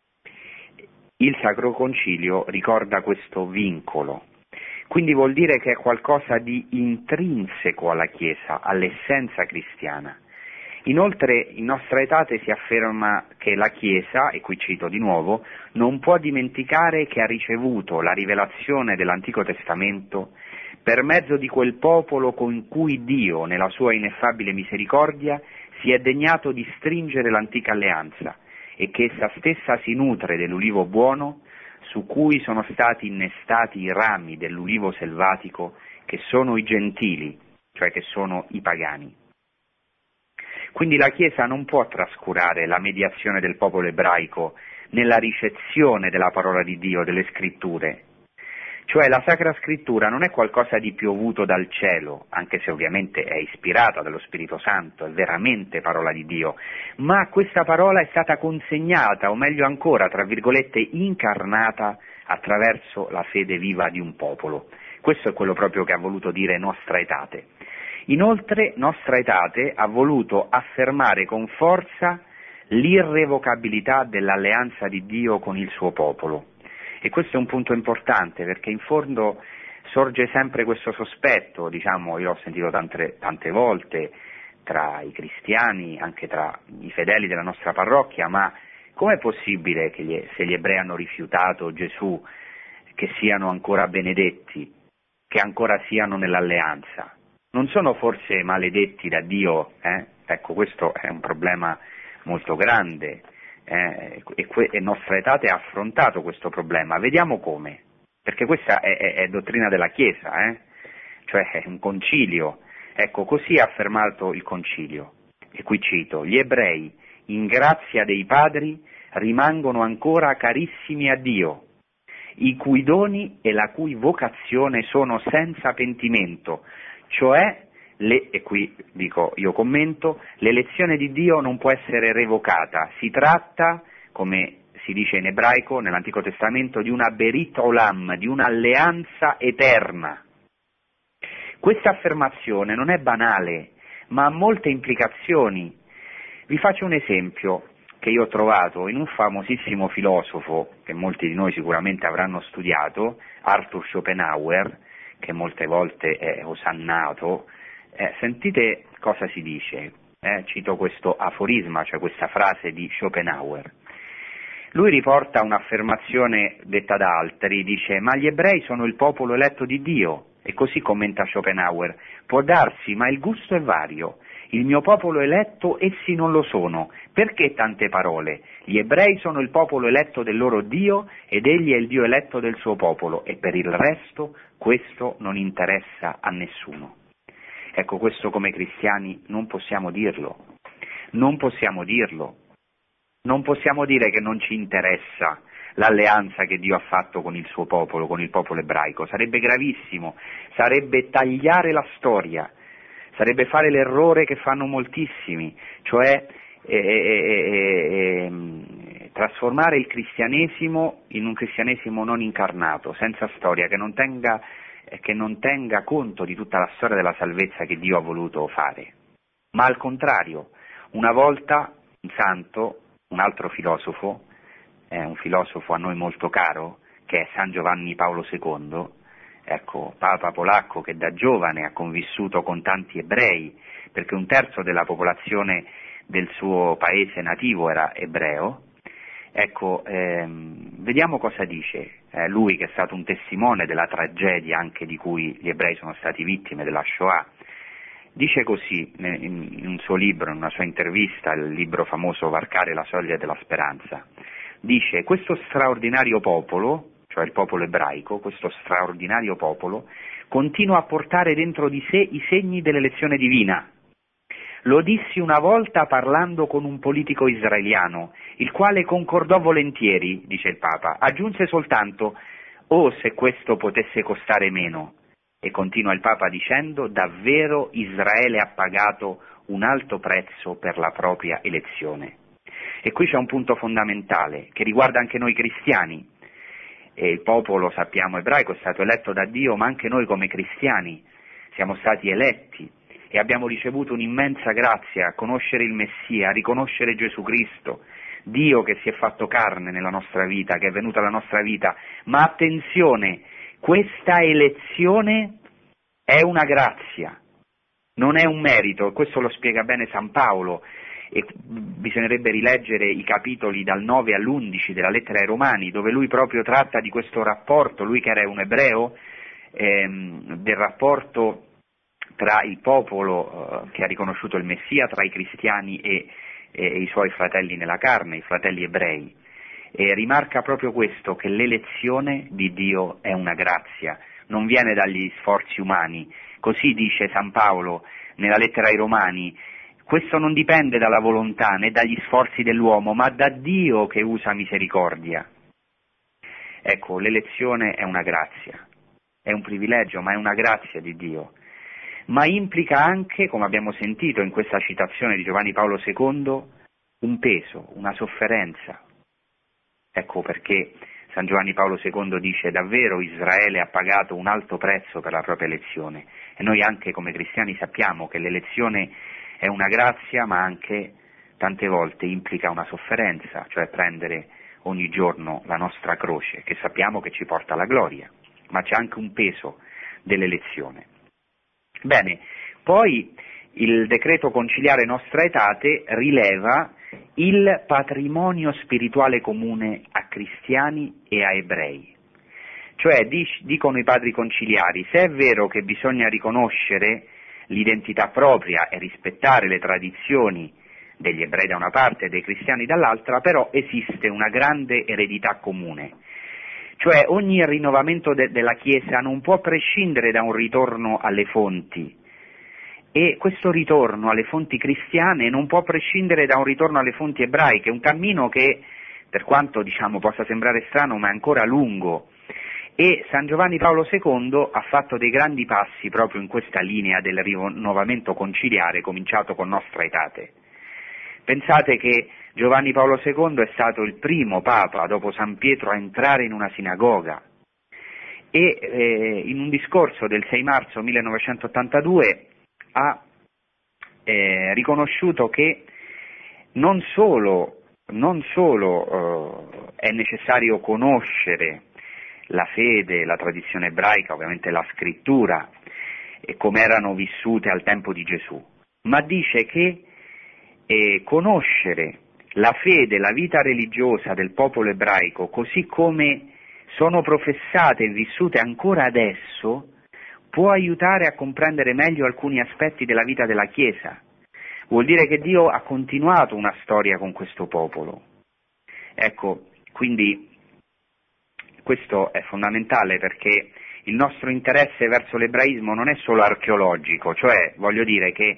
B: il Sacro Concilio ricorda questo vincolo. Quindi vuol dire che è qualcosa di intrinseco alla Chiesa, all'essenza cristiana. Inoltre in Nostra Aetate si afferma che la Chiesa, e qui cito di nuovo, non può dimenticare che ha ricevuto la rivelazione dell'Antico Testamento per mezzo di quel popolo con cui Dio, nella sua ineffabile misericordia, si è degnato di stringere l'antica alleanza, e che essa stessa si nutre dell'ulivo buono su cui sono stati innestati i rami dell'ulivo selvatico che sono i gentili, cioè che sono i pagani. Quindi la Chiesa non può trascurare la mediazione del popolo ebraico nella ricezione della parola di Dio, delle scritture. Cioè la Sacra Scrittura non è qualcosa di piovuto dal cielo, anche se ovviamente è ispirata dallo Spirito Santo, è veramente parola di Dio, ma questa parola è stata consegnata, o meglio ancora, tra virgolette, incarnata attraverso la fede viva di un popolo. Questo è quello proprio che ha voluto dire Nostra Aetate. Inoltre Nostra Aetate ha voluto affermare con forza l'irrevocabilità dell'alleanza di Dio con il suo popolo. E questo è un punto importante, perché in fondo sorge sempre questo sospetto, diciamo, io l'ho sentito tante, tante volte tra i cristiani, anche tra i fedeli della nostra parrocchia, ma com'è possibile che gli, se gli ebrei hanno rifiutato Gesù, che siano ancora benedetti, che ancora siano nell'alleanza? Non sono forse maledetti da Dio? Eh? Ecco, questo è un problema molto grande. Eh, e, que- e Nostra Aetate ha affrontato questo problema. Vediamo come, perché questa è, è, è dottrina della Chiesa, eh? Cioè è un concilio. Ecco, così ha affermato il concilio, e qui cito: gli ebrei, in grazia dei padri, rimangono ancora carissimi a Dio, i cui doni e la cui vocazione sono senza pentimento, cioè Le, e qui dico, io commento, l'elezione di Dio non può essere revocata, si tratta, come si dice in ebraico nell'Antico Testamento, di una berit olam, di un'alleanza eterna. Questa affermazione non è banale, ma ha molte implicazioni. Vi faccio un esempio che io ho trovato in un famosissimo filosofo, che molti di noi sicuramente avranno studiato, Arthur Schopenhauer, che molte volte è osannato. Eh, sentite cosa si dice, eh, cito questo aforisma, cioè questa frase di Schopenhauer. Lui riporta un'affermazione detta da altri, dice: ma gli ebrei sono il popolo eletto di Dio, e così commenta Schopenhauer: può darsi, ma il gusto è vario, il mio popolo eletto essi non lo sono, perché tante parole? Gli ebrei sono il popolo eletto del loro Dio ed egli è il Dio eletto del suo popolo, e per il resto questo non interessa a nessuno. Ecco, questo come cristiani non possiamo dirlo, non possiamo dirlo, non possiamo dire che non ci interessa l'alleanza che Dio ha fatto con il suo popolo, con il popolo ebraico. Sarebbe gravissimo, sarebbe tagliare la storia, sarebbe fare l'errore che fanno moltissimi, cioè eh, eh, eh, trasformare il cristianesimo in un cristianesimo non incarnato, senza storia, che non tenga che non tenga conto di tutta la storia della salvezza che Dio ha voluto fare. Ma al contrario, una volta un santo, un altro filosofo, eh, un filosofo a noi molto caro, che è San Giovanni Paolo secondo, ecco, papa polacco che da giovane ha convissuto con tanti ebrei, perché un terzo della popolazione del suo paese nativo era ebreo. Ecco, ehm, vediamo cosa dice, eh, lui che è stato un testimone della tragedia anche di cui gli ebrei sono stati vittime, della Shoah. Dice così in, in un suo libro, in una sua intervista, il libro famoso Varcare la soglia della speranza, dice: questo straordinario popolo, cioè il popolo ebraico, questo straordinario popolo, continua a portare dentro di sé i segni dell'elezione divina. Lo dissi una volta parlando con un politico israeliano, il quale concordò volentieri, dice il Papa, aggiunse soltanto: oh, se questo potesse costare meno. E continua il Papa dicendo: davvero Israele ha pagato un alto prezzo per la propria elezione. E qui c'è un punto fondamentale che riguarda anche noi cristiani. E il popolo, sappiamo, ebraico è stato eletto da Dio, ma anche noi come cristiani siamo stati eletti e abbiamo ricevuto un'immensa grazia a conoscere il Messia, a riconoscere Gesù Cristo, Dio che si è fatto carne nella nostra vita, che è venuto alla nostra vita. Ma attenzione, questa elezione è una grazia, non è un merito, e questo lo spiega bene San Paolo, e bisognerebbe rileggere i capitoli dal nove all'undici della lettera ai Romani, dove lui proprio tratta di questo rapporto, lui che era un ebreo, ehm, del rapporto tra il popolo eh, che ha riconosciuto il Messia, tra i cristiani e, e i suoi fratelli nella carne, i fratelli ebrei, e rimarca proprio questo, che l'elezione di Dio è una grazia, non viene dagli sforzi umani. Così dice San Paolo nella lettera ai Romani: questo non dipende dalla volontà né dagli sforzi dell'uomo, ma da Dio che usa misericordia. Ecco, l'elezione è una grazia, è un privilegio, ma è una grazia di Dio. Ma implica anche, come abbiamo sentito in questa citazione di Giovanni Paolo secondo, un peso, una sofferenza. Ecco perché San Giovanni Paolo secondo dice: davvero Israele ha pagato un alto prezzo per la propria elezione. E noi anche come cristiani sappiamo che l'elezione è una grazia, ma anche tante volte implica una sofferenza, cioè prendere ogni giorno la nostra croce, che sappiamo che ci porta alla gloria, ma c'è anche un peso dell'elezione. Bene, poi il decreto conciliare Nostra Aetate rileva il patrimonio spirituale comune a cristiani e a ebrei. Cioè, dicono i padri conciliari, se è vero che bisogna riconoscere l'identità propria e rispettare le tradizioni degli ebrei da una parte e dei cristiani dall'altra, però esiste una grande eredità comune. Cioè ogni rinnovamento de- della Chiesa non può prescindere da un ritorno alle fonti, e questo ritorno alle fonti cristiane non può prescindere da un ritorno alle fonti ebraiche, un cammino che, per quanto diciamo possa sembrare strano, ma è ancora lungo. E San Giovanni Paolo secondo ha fatto dei grandi passi proprio in questa linea del rinnovamento conciliare cominciato con Nostra Aetate. Pensate che Giovanni Paolo secondo è stato il primo Papa dopo San Pietro a entrare in una sinagoga e eh, in un discorso del sei marzo millenovecentottantadue ha eh, riconosciuto che non solo, non solo eh, è necessario conoscere la fede, la tradizione ebraica, ovviamente la scrittura, e come erano vissute al tempo di Gesù, ma dice che eh, conoscere la fede, la vita religiosa del popolo ebraico, così come sono professate e vissute ancora adesso, può aiutare a comprendere meglio alcuni aspetti della vita della Chiesa. Vuol dire che Dio ha continuato una storia con questo popolo. Ecco, quindi questo è fondamentale, perché il nostro interesse verso l'ebraismo non è solo archeologico, cioè voglio dire che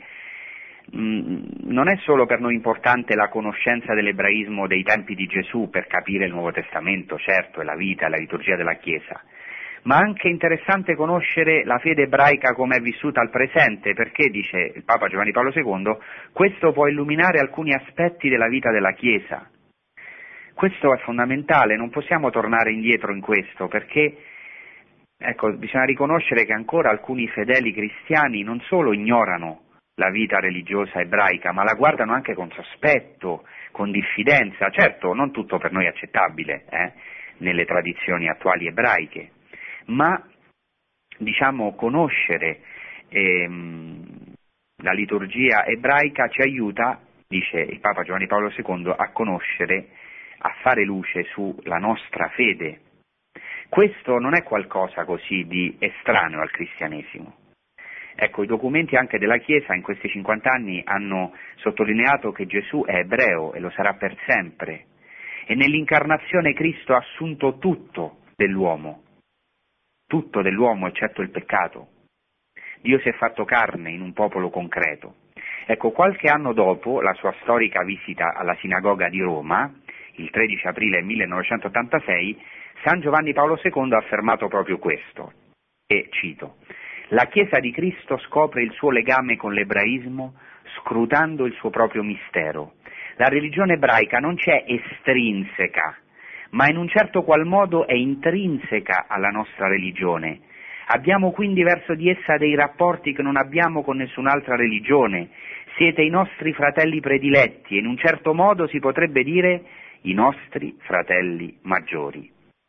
B: mh, non è solo per noi importante la conoscenza dell'ebraismo dei tempi di Gesù per capire il Nuovo Testamento, certo, e la vita e la liturgia della Chiesa, ma anche interessante conoscere la fede ebraica come è vissuta al presente, perché, dice il Papa Giovanni Paolo secondo, questo può illuminare alcuni aspetti della vita della Chiesa. Questo è fondamentale, non possiamo tornare indietro in questo, perché ecco, bisogna riconoscere che ancora alcuni fedeli cristiani non solo ignorano la vita religiosa ebraica, ma la guardano anche con sospetto, con diffidenza, certo non tutto per noi accettabile eh, nelle tradizioni attuali ebraiche, ma diciamo conoscere ehm, la liturgia ebraica ci aiuta, dice il Papa Giovanni Paolo secondo, a conoscere, a fare luce sulla nostra fede. Questo non è qualcosa così di estraneo al cristianesimo. Ecco, i documenti anche della Chiesa in questi cinquanta anni hanno sottolineato che Gesù è ebreo e lo sarà per sempre, e nell'incarnazione Cristo ha assunto tutto dell'uomo, tutto dell'uomo eccetto il peccato. Dio si è fatto carne in un popolo concreto. Ecco, qualche anno dopo la sua storica visita alla sinagoga di Roma, il tredici aprile millenovecentottantasei, San Giovanni Paolo secondo ha affermato proprio questo, e cito: «La Chiesa di Cristo scopre il suo legame con l'ebraismo scrutando il suo proprio mistero. La religione ebraica non c'è estrinseca, ma in un certo qual modo è intrinseca alla nostra religione. Abbiamo quindi verso di essa dei rapporti che non abbiamo con nessun'altra religione. Siete i nostri fratelli prediletti e in un certo modo si potrebbe dire i nostri fratelli maggiori».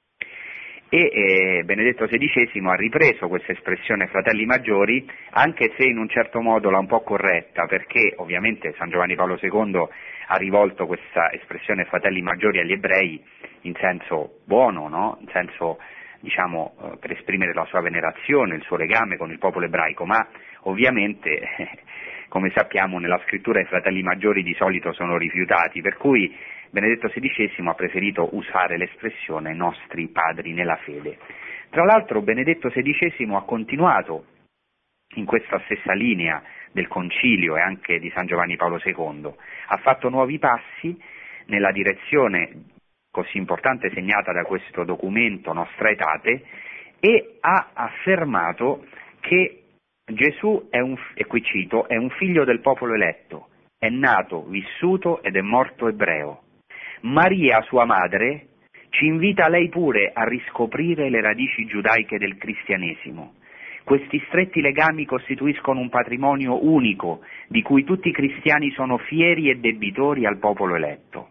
B: E eh, Benedetto sedicesimo ha ripreso questa espressione fratelli maggiori, anche se in un certo modo l'ha un po' corretta, perché ovviamente San Giovanni Paolo secondo ha rivolto questa espressione fratelli maggiori agli ebrei in senso buono, no? In senso, diciamo, eh, per esprimere la sua venerazione, il suo legame con il popolo ebraico, ma ovviamente, eh, come sappiamo, nella scrittura i fratelli maggiori di solito sono rifiutati, per cui Benedetto sedicesimo ha preferito usare l'espressione nostri padri nella fede. Tra l'altro Benedetto sedicesimo ha continuato in questa stessa linea del Concilio e anche di San Giovanni Paolo secondo, ha fatto nuovi passi nella direzione così importante segnata da questo documento Nostra Aetate e ha affermato che Gesù è un, e qui cito, è un figlio del popolo eletto, è nato, vissuto ed è morto ebreo. Maria, sua madre, ci invita lei pure a riscoprire le radici giudaiche del cristianesimo. Questi stretti legami costituiscono un patrimonio unico di cui tutti i cristiani sono fieri e debitori al popolo eletto.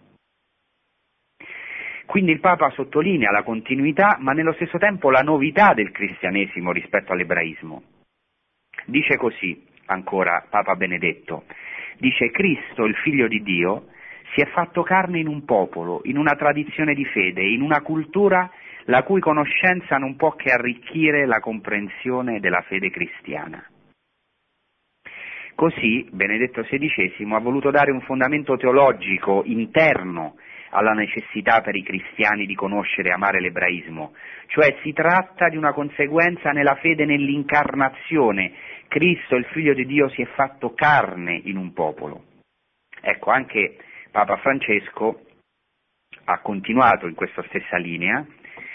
B: Quindi il Papa sottolinea la continuità, ma nello stesso tempo la novità del cristianesimo rispetto all'ebraismo. Dice così, ancora Papa Benedetto, dice: Cristo, il Figlio di Dio, si è fatto carne in un popolo, in una tradizione di fede, in una cultura la cui conoscenza non può che arricchire la comprensione della fede cristiana. Così Benedetto sedicesimo ha voluto dare un fondamento teologico interno alla necessità per i cristiani di conoscere e amare l'ebraismo, cioè si tratta di una conseguenza nella fede nell'incarnazione. Cristo, il Figlio di Dio, si è fatto carne in un popolo. Ecco, anche Papa Francesco ha continuato in questa stessa linea,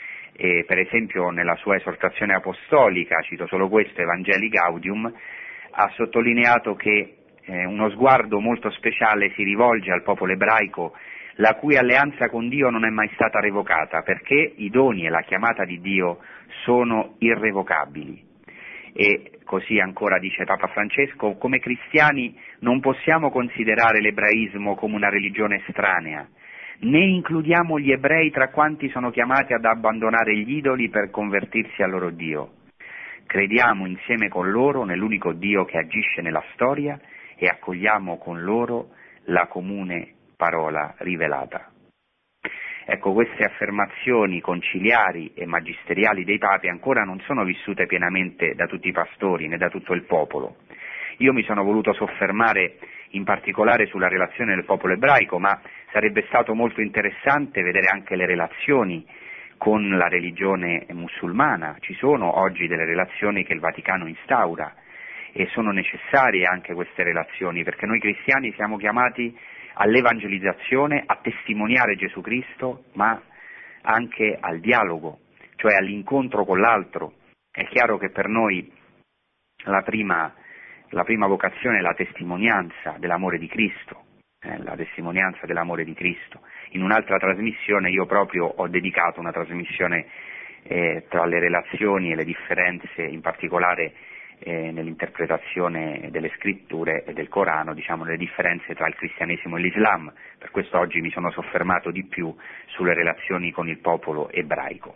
B: e per esempio nella sua esortazione apostolica, cito solo questo, Evangelii Gaudium, ha sottolineato che eh, uno sguardo molto speciale si rivolge al popolo ebraico, la cui alleanza con Dio non è mai stata revocata, perché i doni e la chiamata di Dio sono irrevocabili. E così ancora dice Papa Francesco: come cristiani non possiamo considerare l'ebraismo come una religione estranea, né includiamo gli ebrei tra quanti sono chiamati ad abbandonare gli idoli per convertirsi al loro Dio. Crediamo insieme con loro nell'unico Dio che agisce nella storia e accogliamo con loro la comune parola rivelata. Ecco, queste affermazioni conciliari e magisteriali dei papi ancora non sono vissute pienamente da tutti i pastori né da tutto il popolo. Io mi sono voluto soffermare in particolare sulla relazione del popolo ebraico, ma sarebbe stato molto interessante vedere anche le relazioni con la religione musulmana. Ci sono oggi delle relazioni che il Vaticano instaura e sono necessarie anche queste relazioni, perché noi cristiani siamo chiamati all'evangelizzazione, a testimoniare Gesù Cristo, ma anche al dialogo, cioè all'incontro con l'altro. È chiaro che per noi la prima, la prima vocazione è la testimonianza dell'amore di Cristo, eh, la testimonianza dell'amore di Cristo. In un'altra trasmissione io proprio ho dedicato una trasmissione eh, tra le relazioni e le differenze, in particolare Eh, nell'interpretazione delle scritture e del Corano, diciamo, le differenze tra il cristianesimo e l'Islam. Per questo oggi mi sono soffermato di più sulle relazioni con il popolo ebraico.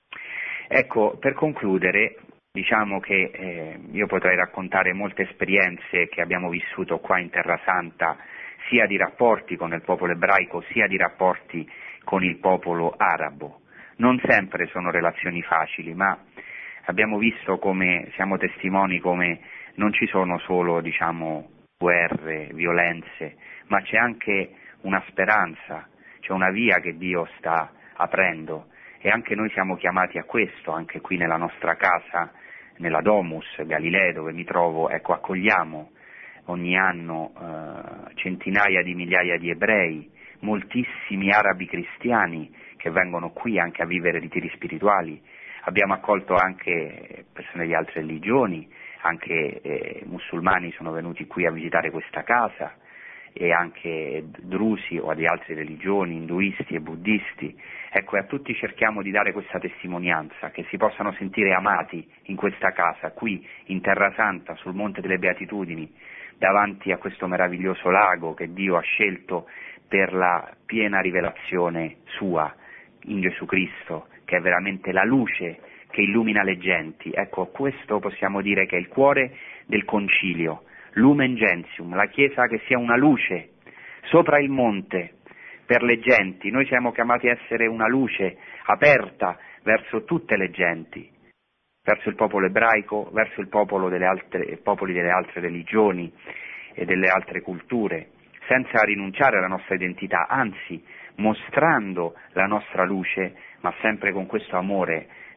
B: Ecco, per concludere, diciamo che eh, io potrei raccontare molte esperienze che abbiamo vissuto qua in Terra Santa, sia di rapporti con il popolo ebraico, sia di rapporti con il popolo arabo. Non sempre sono relazioni facili, ma abbiamo visto, come siamo testimoni, come non ci sono solo, diciamo, guerre, violenze, ma c'è anche una speranza, c'è una via che Dio sta aprendo e anche noi siamo chiamati a questo, anche qui nella nostra casa, nella Domus Galilei dove mi trovo. Ecco, accogliamo ogni anno eh, centinaia di migliaia di ebrei, moltissimi arabi cristiani che vengono qui anche a vivere ritiri spirituali. Abbiamo accolto anche persone di altre religioni, anche eh, musulmani sono venuti qui a visitare questa casa, e anche drusi o di altre religioni, induisti e buddisti. Ecco, e a tutti cerchiamo di dare questa testimonianza, che si possano sentire amati in questa casa, qui in Terra Santa, sul Monte delle Beatitudini, davanti a questo meraviglioso lago che Dio ha scelto per la piena rivelazione sua in Gesù Cristo, che è veramente la luce che illumina le genti. Ecco, questo possiamo dire che è il cuore del concilio, Lumen Gentium, la Chiesa che sia una luce sopra il monte per le genti. Noi siamo chiamati a essere una luce aperta verso tutte le genti, verso il popolo ebraico, verso il popolo delle altre, i popoli delle altre religioni e delle altre culture, senza rinunciare alla nostra identità, anzi mostrando la nostra luce, ma sempre con questo amore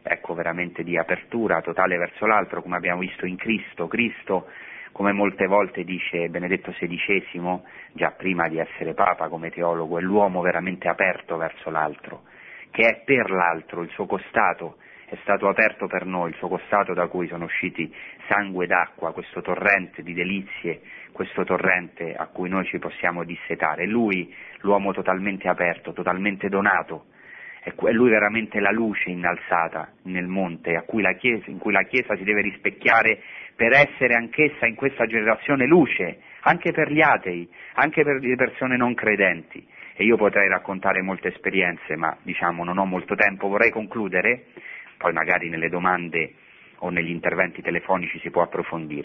B: ecco, veramente di apertura totale verso l'altro, come abbiamo visto in Cristo. Cristo, come molte volte dice Benedetto sedicesimo, già prima di essere Papa come teologo, è l'uomo veramente aperto verso l'altro, che è per l'altro, il suo costato è stato aperto per noi, il suo costato da cui sono usciti sangue ed acqua, questo torrente di delizie, questo torrente a cui noi ci possiamo dissetare. Lui, l'uomo totalmente aperto, totalmente donato, è lui veramente la luce innalzata nel monte, a cui la Chiesa, in cui la Chiesa si deve rispecchiare per essere anch'essa in questa generazione luce, anche per gli atei, anche per le persone non credenti. E io potrei raccontare molte esperienze, ma diciamo non ho molto tempo, vorrei concludere, poi magari nelle domande o negli interventi telefonici si può approfondire.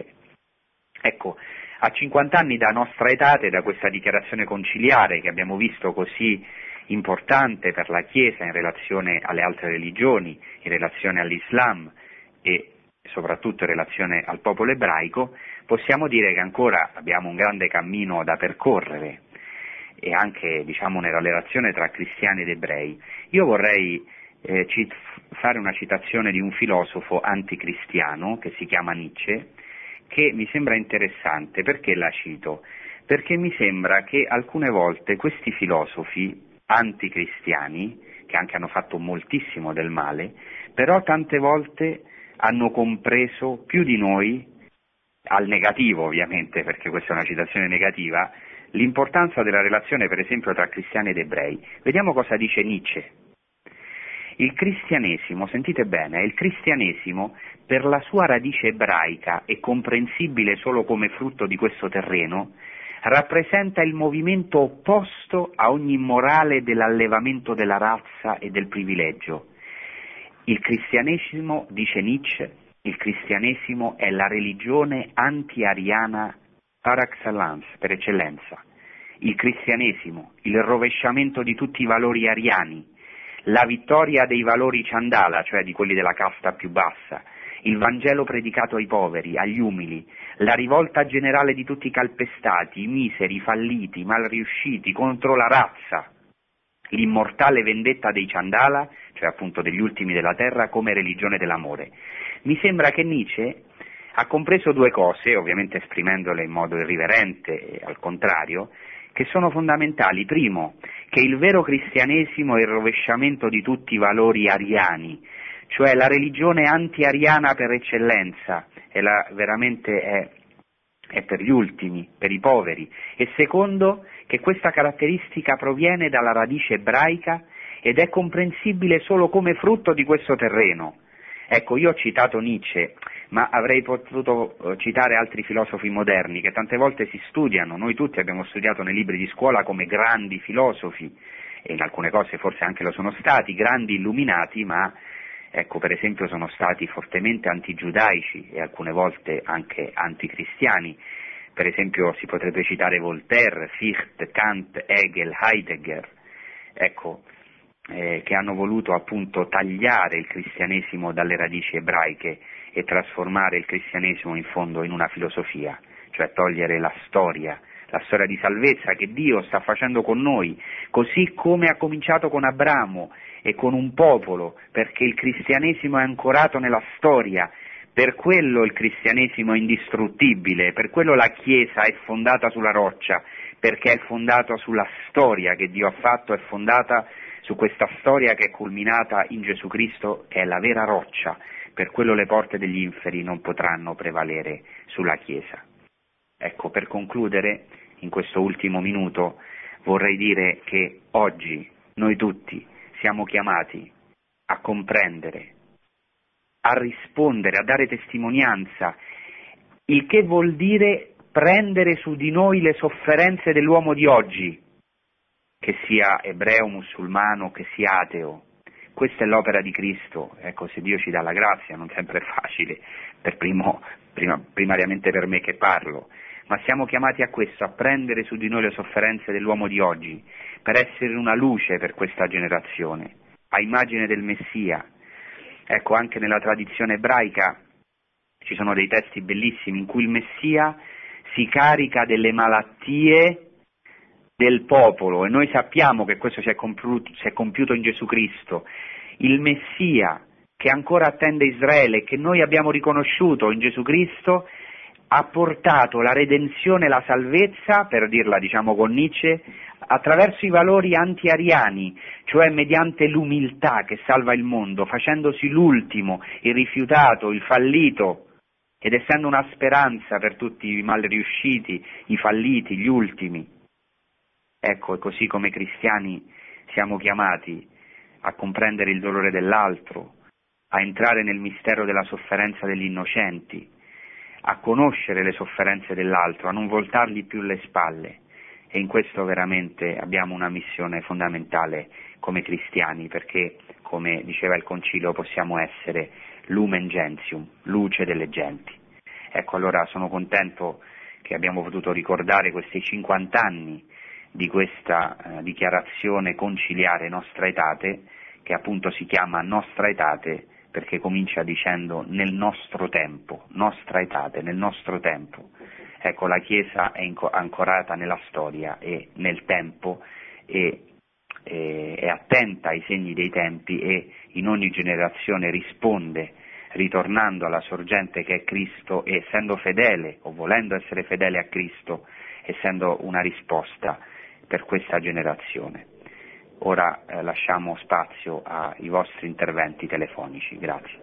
B: Ecco, a cinquanta anni da nostra età, da questa dichiarazione conciliare che abbiamo visto così importante per la Chiesa in relazione alle altre religioni, in relazione all'Islam e soprattutto in relazione al popolo ebraico, possiamo dire che ancora abbiamo un grande cammino da percorrere e anche, diciamo, nella relazione tra cristiani ed ebrei. Io vorrei eh, cit- fare una citazione di un filosofo anticristiano che si chiama Nietzsche, che mi sembra interessante. Perché la cito? Perché mi sembra che alcune volte questi filosofi anticristiani, che anche hanno fatto moltissimo del male, però tante volte hanno compreso più di noi, al negativo ovviamente, perché questa è una citazione negativa, l'importanza della relazione per esempio tra cristiani ed ebrei. Vediamo cosa dice Nietzsche. Il cristianesimo, sentite bene, il cristianesimo per la sua radice ebraica e comprensibile solo come frutto di questo terreno, rappresenta il movimento opposto a ogni morale dell'allevamento della razza e del privilegio. Il cristianesimo, dice Nietzsche, il cristianesimo è la religione anti-ariana par excellence, per eccellenza. Il cristianesimo, il rovesciamento di tutti i valori ariani, la vittoria dei valori Chandala, cioè di quelli della casta più bassa, il Vangelo predicato ai poveri, agli umili, la rivolta generale di tutti i calpestati, i miseri, i falliti, i mal riusciti, contro la razza, l'immortale vendetta dei Chandala, cioè appunto degli ultimi della terra, come religione dell'amore. Mi sembra che Nietzsche ha compreso due cose, ovviamente esprimendole in modo irriverente e al contrario, che sono fondamentali. Primo, che il vero cristianesimo è il rovesciamento di tutti i valori ariani, cioè la religione anti-ariana per eccellenza, è la, veramente è, è per gli ultimi, per i poveri. E secondo, che questa caratteristica proviene dalla radice ebraica ed è comprensibile solo come frutto di questo terreno. Ecco, io ho citato Nietzsche, ma avrei potuto citare altri filosofi moderni che tante volte si studiano, noi tutti abbiamo studiato nei libri di scuola come grandi filosofi, e in alcune cose forse anche lo sono stati, grandi illuminati, ma ecco, per esempio sono stati fortemente antigiudaici e alcune volte anche anticristiani. Per esempio si potrebbe citare Voltaire, Fichte, Kant, Hegel, Heidegger, ecco, eh, che hanno voluto appunto tagliare il cristianesimo dalle radici ebraiche e trasformare il cristianesimo in fondo in una filosofia, cioè togliere la storia, la storia di salvezza che Dio sta facendo con noi, così come ha cominciato con Abramo e con un popolo, perché il cristianesimo è ancorato nella storia. Per quello il cristianesimo è indistruttibile, per quello la Chiesa è fondata sulla roccia, perché è fondata sulla storia che Dio ha fatto, è fondata su questa storia che è culminata in Gesù Cristo, che è la vera roccia. Per quello le porte degli inferi non potranno prevalere sulla Chiesa. Ecco, per concludere, in questo ultimo minuto, vorrei dire che oggi noi tutti siamo chiamati a comprendere, a rispondere, a dare testimonianza, il che vuol dire prendere su di noi le sofferenze dell'uomo di oggi, che sia ebreo, musulmano, che sia ateo. Questa è l'opera di Cristo, ecco, se Dio ci dà la grazia, non sempre è facile, per primo, prima, primariamente per me che parlo, ma siamo chiamati a questo, a prendere su di noi le sofferenze dell'uomo di oggi, per essere una luce per questa generazione, a immagine del Messia. Ecco, anche nella tradizione ebraica ci sono dei testi bellissimi in cui il Messia si carica delle malattie del popolo, e noi sappiamo che questo si è compiuto, si è compiuto in Gesù Cristo. Il Messia che ancora attende Israele, che noi abbiamo riconosciuto in Gesù Cristo, ha portato la redenzione e la salvezza, per dirla diciamo con Nietzsche, attraverso i valori anti-ariani, cioè mediante l'umiltà che salva il mondo, facendosi l'ultimo, il rifiutato, il fallito, ed essendo una speranza per tutti i mal riusciti, i falliti, gli ultimi. Ecco, e così come cristiani siamo chiamati a comprendere il dolore dell'altro, a entrare nel mistero della sofferenza degli innocenti, a conoscere le sofferenze dell'altro, a non voltargli più le spalle. E in questo veramente abbiamo una missione fondamentale come cristiani, perché, come diceva il Concilio, possiamo essere lumen gentium, luce delle genti. Ecco, allora sono contento che abbiamo potuto ricordare questi cinquanta anni di questa eh, dichiarazione conciliare Nostra Aetate, che appunto si chiama Nostra Aetate perché comincia dicendo nel nostro tempo, Nostra Aetate, nel nostro tempo. Ecco, la Chiesa è ancorata nella storia e nel tempo e e è attenta ai segni dei tempi e in ogni generazione risponde ritornando alla sorgente che è Cristo e essendo fedele o volendo essere fedele a Cristo, essendo una risposta per questa generazione. Ora eh, lasciamo spazio ai vostri interventi telefonici. Grazie.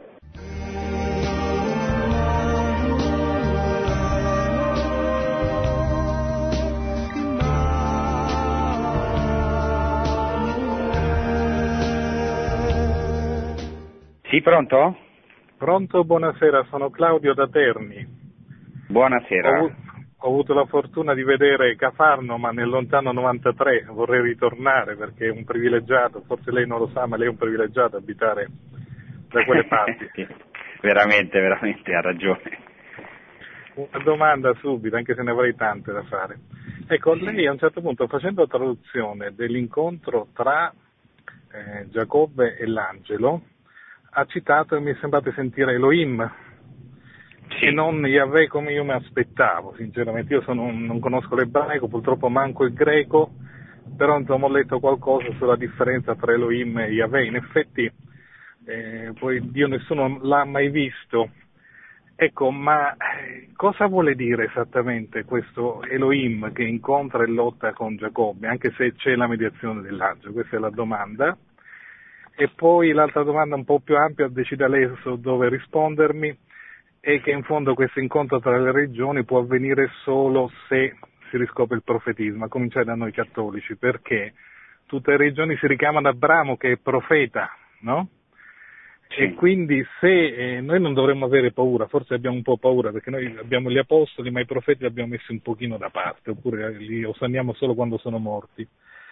B: Sì, pronto?
C: Pronto, buonasera, sono Claudio da Terni.
B: Buonasera.
C: Ho, ho avuto la fortuna di vedere Cafarno, ma nel lontano novantatré, vorrei ritornare perché è un privilegiato, forse lei non lo sa, ma lei è un privilegiato abitare da quelle parti.
B: Veramente, veramente, ha ragione.
C: Una domanda subito, anche se ne avrei tante da fare. Ecco, lei a un certo punto, facendo traduzione dell'incontro tra eh, Giacobbe e l'angelo, ha citato e mi è sembrato sentire Elohim,
B: sì.
C: E non Yahweh come io mi aspettavo, sinceramente. Io sono, non conosco l'ebraico, purtroppo manco il greco, però insomma ho letto qualcosa sulla differenza tra Elohim e Yahweh. In effetti, eh, poi Dio nessuno l'ha mai visto. Ecco, ma cosa vuole dire esattamente questo Elohim che incontra e lotta con Giacobbe, anche se c'è la mediazione dell'angelo? Questa è la domanda. E poi l'altra domanda un po' più ampia, decida lei su dove rispondermi, è che in fondo questo incontro tra le regioni può avvenire solo se si riscopre il profetismo, a cominciare da noi cattolici, perché tutte le regioni si richiamano a Abramo che è profeta, no? Sì. E quindi se eh, noi non dovremmo avere paura, forse abbiamo un po' paura perché noi abbiamo gli apostoli, ma i profeti li abbiamo messi un pochino da parte, oppure li osanniamo solo quando sono morti.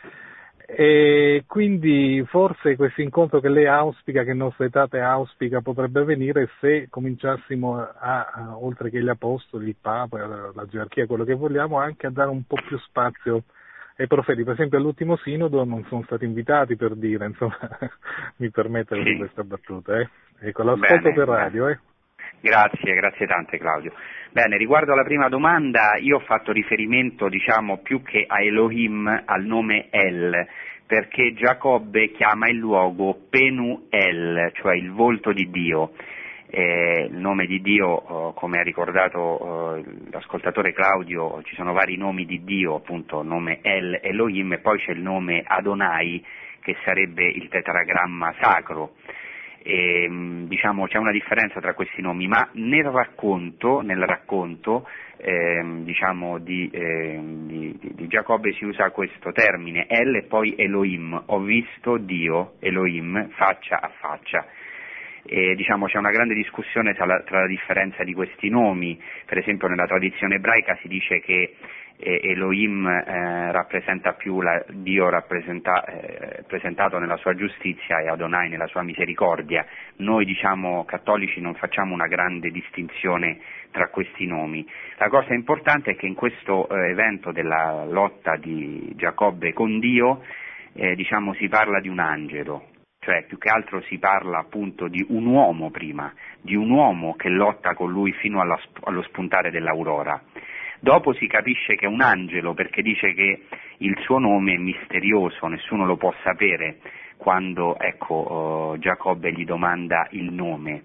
C: E quindi forse questo incontro che lei auspica, che Nostra Aetate auspica, potrebbe avvenire se cominciassimo a, a, oltre che gli apostoli, il Papa, la, la gerarchia, quello che vogliamo, anche a dare un po' più spazio ai profeti. Per esempio all'ultimo sinodo non sono stati invitati, per dire, insomma, mi permette sì. Questa battuta, eh? Ecco, l'ascolto Bene. per radio, eh?
B: Grazie, grazie tante Claudio. Bene, riguardo alla prima domanda, io ho fatto riferimento, diciamo, più che a Elohim, al nome El, perché Giacobbe chiama il luogo Penuel, cioè il volto di Dio. Eh, il nome di Dio, oh, come ha ricordato oh, l'ascoltatore Claudio, ci sono vari nomi di Dio, appunto nome El, Elohim, e poi c'è il nome Adonai, che sarebbe il tetragramma sacro. E, diciamo c'è una differenza tra questi nomi, ma nel racconto, nel racconto eh, diciamo di, eh, di, di Giacobbe si usa questo termine El e poi Elohim, ho visto Dio, Elohim, faccia a faccia. E, diciamo c'è una grande discussione tra la, tra la differenza di questi nomi. Per esempio nella tradizione ebraica si dice che eh, Elohim eh, rappresenta più la, Dio rappresenta, eh, rappresentato nella sua giustizia e Adonai nella sua misericordia. Noi diciamo cattolici non facciamo una grande distinzione tra questi nomi. La cosa importante è che in questo eh, evento della lotta di Giacobbe con Dio eh, diciamo si parla di un angelo. Cioè più che altro si parla appunto di un uomo prima, di un uomo che lotta con lui fino alla, allo spuntare dell'aurora. Dopo si capisce che è un angelo perché dice che il suo nome è misterioso, nessuno lo può sapere. quando ecco, Giacobbe gli domanda il nome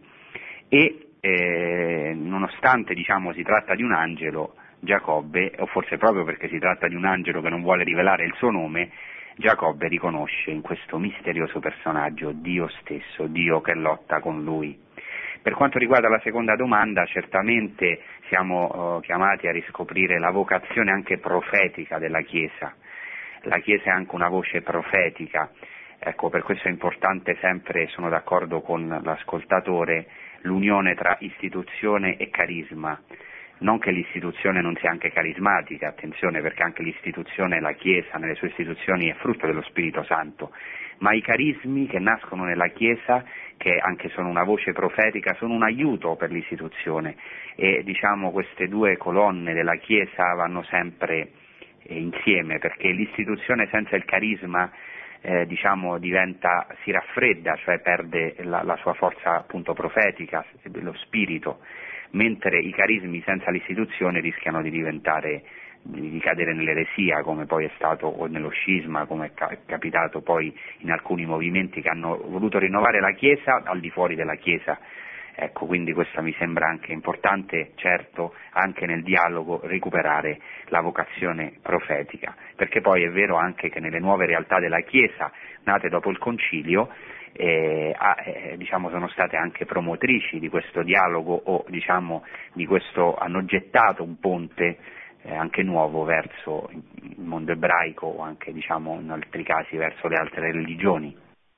B: e eh, nonostante diciamo si tratta di un angelo, Giacobbe, o forse proprio perché si tratta di un angelo che non vuole rivelare il suo nome, Giacobbe riconosce in questo misterioso personaggio Dio stesso, Dio che lotta con lui. Per quanto riguarda la seconda domanda, certamente siamo uh, chiamati a riscoprire la vocazione anche profetica della Chiesa. La Chiesa è anche una voce profetica, ecco, per questo è importante sempre, sono d'accordo con l'ascoltatore, l'unione tra istituzione e carisma. Non che l'istituzione non sia anche carismatica, attenzione, perché anche l'istituzione, la Chiesa, nelle sue istituzioni è frutto dello Spirito Santo, ma i carismi che nascono nella Chiesa, che anche sono una voce profetica, sono un aiuto per l'istituzione e diciamo queste due colonne della Chiesa vanno sempre eh, insieme, perché l'istituzione senza il carisma eh, diciamo diventa, si raffredda, cioè perde la, la sua forza appunto profetica, lo spirito, mentre i carismi senza l'istituzione rischiano di diventare, di cadere nell'eresia, come poi è stato, o nello scisma, come è capitato poi in alcuni movimenti che hanno voluto rinnovare la Chiesa al di fuori della Chiesa. Ecco, quindi questo mi sembra anche importante, certo, anche nel dialogo recuperare la vocazione profetica, perché poi è vero anche che nelle nuove realtà della Chiesa, nate dopo il Concilio, Eh, eh, diciamo sono state anche promotrici di questo dialogo o diciamo di questo, hanno gettato un ponte eh, anche nuovo verso il mondo ebraico o anche diciamo in altri casi verso le altre religioni,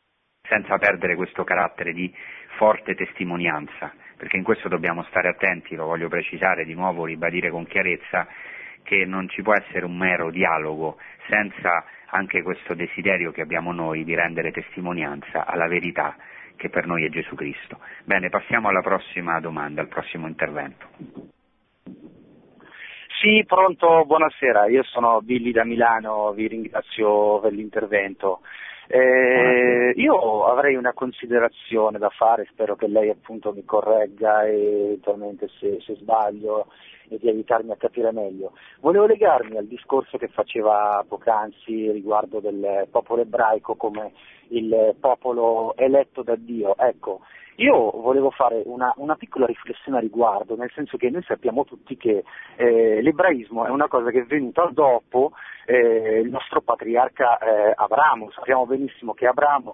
B: senza perdere questo carattere di forte testimonianza, perché in questo dobbiamo stare attenti, lo voglio precisare di nuovo, ribadire con chiarezza che non ci può essere un mero dialogo senza anche questo desiderio che abbiamo noi di rendere testimonianza alla verità che per noi è Gesù Cristo. Bene, passiamo alla prossima domanda, al prossimo intervento.
D: Sì, pronto, buonasera, io sono Billy da Milano, vi ringrazio per l'intervento. Eh, io avrei una considerazione da fare, spero che lei appunto mi corregga e eventualmente se, se sbaglio e di aiutarmi a capire meglio. Volevo legarmi al discorso che faceva poc'anzi riguardo del popolo ebraico come il popolo eletto da Dio. Ecco, io volevo fare una, una piccola riflessione a riguardo, nel senso che noi sappiamo tutti che eh, l'ebraismo è una cosa che è venuta dopo eh, il nostro patriarca eh, Abramo. Sappiamo benissimo che Abramo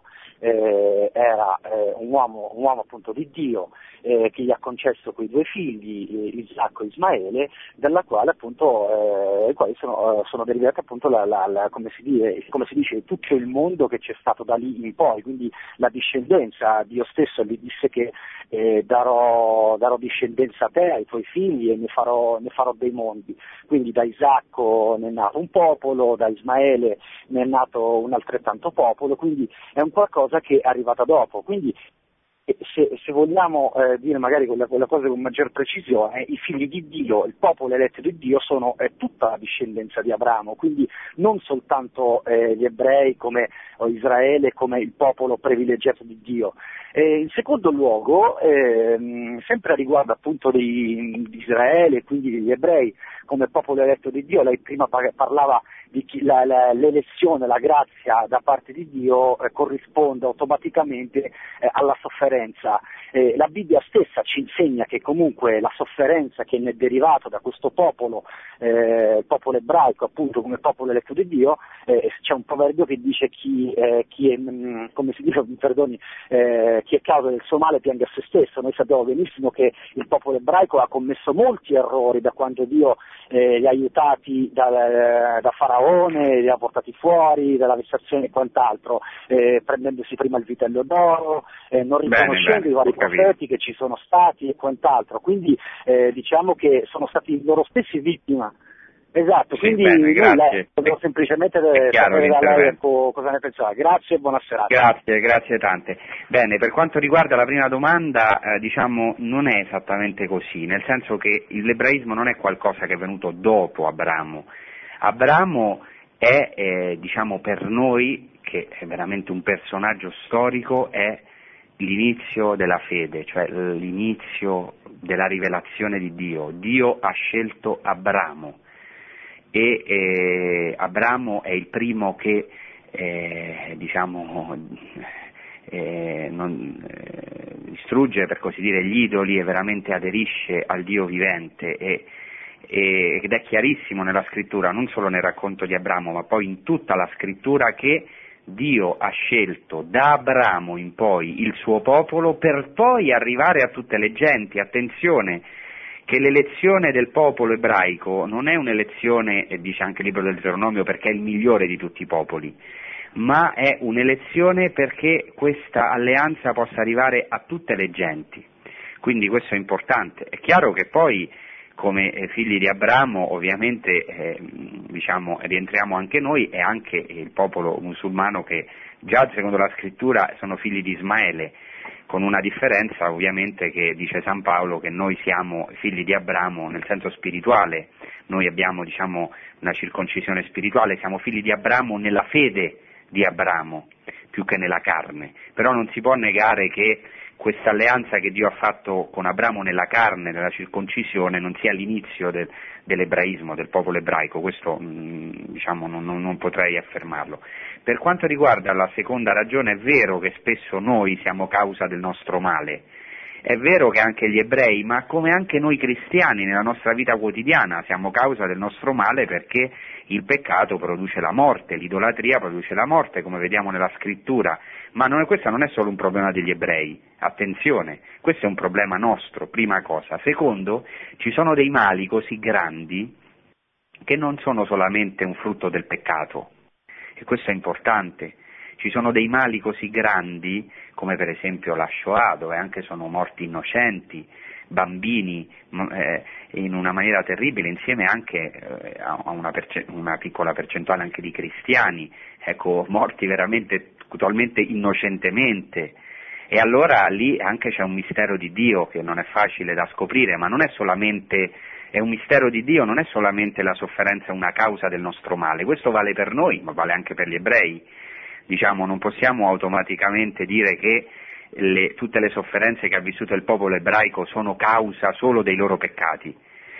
D: eh, era eh, un uomo, un uomo appunto di Dio, eh, che gli ha concesso quei due figli, Isacco e Ismaele, dalla quale appunto, eh, i quali sono, sono derivati appunto la, la, la, come, si dice, come si dice tutto il mondo che c'è stato da lì in poi, quindi la discendenza. Dio stesso gli disse che eh, darò, darò discendenza a te, ai tuoi figli e ne farò, ne farò dei mondi, quindi da Isacco ne è nato un popolo, da Ismaele ne è nato un altrettanto popolo, quindi è un qualcosa che è arrivata dopo. Quindi Se, se vogliamo eh, dire magari quella, quella cosa con maggior precisione, i figli di Dio, il popolo eletto di Dio sono eh, tutta la discendenza di Abramo, quindi non soltanto eh, gli ebrei come o Israele come il popolo privilegiato di Dio. E in secondo luogo, eh, sempre a riguardo appunto di, di Israele, quindi degli ebrei come popolo eletto di Dio, lei prima parlava di chi, la, la, l'elezione, la grazia da parte di Dio eh, corrisponde automaticamente eh, alla sofferenza. Eh, la Bibbia stessa ci insegna che comunque la sofferenza che ne è derivata da questo popolo, eh, il popolo ebraico appunto come popolo eletto di Dio, eh, c'è un proverbio che dice chi, eh, chi è, mh, come si dice, mi perdoni, eh, chi è causa del suo male piange a se stesso. Noi sappiamo benissimo che il popolo ebraico ha commesso molti errori da quando Dio eh, li ha aiutati da, da Faraone, li ha portati fuori dalla vessazione e quant'altro, eh, prendendosi prima il vitello d'oro, eh, non riconoscendo i vari profeti che ci sono stati e quant'altro, quindi eh, diciamo che sono stati loro stessi vittima. Esatto,
B: sì,
D: quindi
B: bene,
D: lei, volevo semplicemente sapere da lei ecco, cosa ne pensava. Grazie e buona serata.
B: Grazie, grazie tante. Bene, per quanto riguarda la prima domanda, eh, diciamo non è esattamente così, nel senso che l'ebraismo non è qualcosa che è venuto dopo Abramo. Abramo è, eh, diciamo per noi, che è veramente un personaggio storico, è l'inizio della fede, cioè l'inizio della rivelazione di Dio. Dio ha scelto Abramo. E eh, Abramo è il primo che eh, diciamo, eh, non, eh, distrugge, per così dire, gli idoli e veramente aderisce al Dio vivente, e, e, ed è chiarissimo nella scrittura, non solo nel racconto di Abramo, ma poi in tutta la scrittura, che Dio ha scelto da Abramo in poi il suo popolo per poi arrivare a tutte le genti. Attenzione, che l'elezione del popolo ebraico non è un'elezione, e dice anche il libro del Deuteronomio, perché è il migliore di tutti i popoli, ma è un'elezione perché questa alleanza possa arrivare a tutte le genti. Quindi questo è importante. È chiaro che poi, come eh, figli di Abramo, ovviamente eh, diciamo, rientriamo anche noi, e anche il popolo musulmano, che già secondo la scrittura sono figli di Ismaele, con una differenza ovviamente, che dice San Paolo che noi siamo figli di Abramo nel senso spirituale, noi abbiamo, diciamo, una circoncisione spirituale, siamo figli di Abramo nella fede di Abramo più che nella carne. Però non si può negare che questa alleanza che Dio ha fatto con Abramo nella carne, nella circoncisione, non sia l'inizio del, dell'ebraismo, del popolo ebraico. Questo mh, diciamo non, non, non potrei affermarlo. Per quanto riguarda la seconda ragione, è vero che spesso noi siamo causa del nostro male, è vero che anche gli ebrei, ma come anche noi cristiani nella nostra vita quotidiana siamo causa del nostro male, perché il peccato produce la morte, l'idolatria produce la morte, come vediamo nella scrittura. Ma non è, questo non è solo un problema degli ebrei, attenzione, questo è un problema nostro, prima cosa. Secondo, ci sono dei mali così grandi che non sono solamente un frutto del peccato, e questo è importante. Ci sono dei mali così grandi, come per esempio la Shoah, dove anche sono morti innocenti, bambini, eh, in una maniera terribile, insieme anche eh, a una, perce- una piccola percentuale anche di cristiani, ecco, morti veramente totalmente innocentemente. E allora lì anche c'è un mistero di Dio che non è facile da scoprire, ma non è solamente, è un mistero di Dio, non è solamente la sofferenza una causa del nostro male, questo vale per noi, ma vale anche per gli ebrei. Diciamo, non possiamo automaticamente dire che le, tutte le sofferenze che ha vissuto il popolo ebraico sono causa solo dei loro peccati,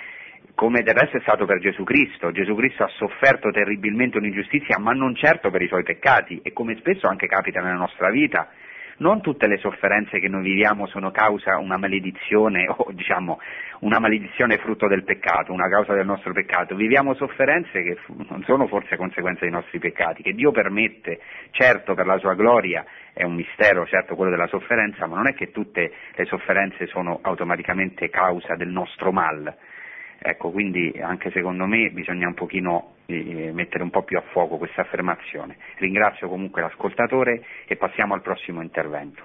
B: come del resto è stato per Gesù Cristo. Gesù Cristo ha sofferto terribilmente un'ingiustizia, ma non certo per i suoi peccati, e come spesso anche capita nella nostra vita, non tutte le sofferenze che noi viviamo sono causa una maledizione, o diciamo una maledizione frutto del peccato, una causa del nostro peccato. Viviamo sofferenze che non sono forse conseguenza dei nostri peccati, che Dio permette, certo per la sua gloria, è un mistero certo quello della sofferenza, ma non è che tutte le sofferenze sono automaticamente causa del nostro mal. Ecco, quindi anche secondo me bisogna un pochino eh, mettere un po' più a fuoco questa affermazione. Ringrazio comunque l'ascoltatore e passiamo al prossimo intervento.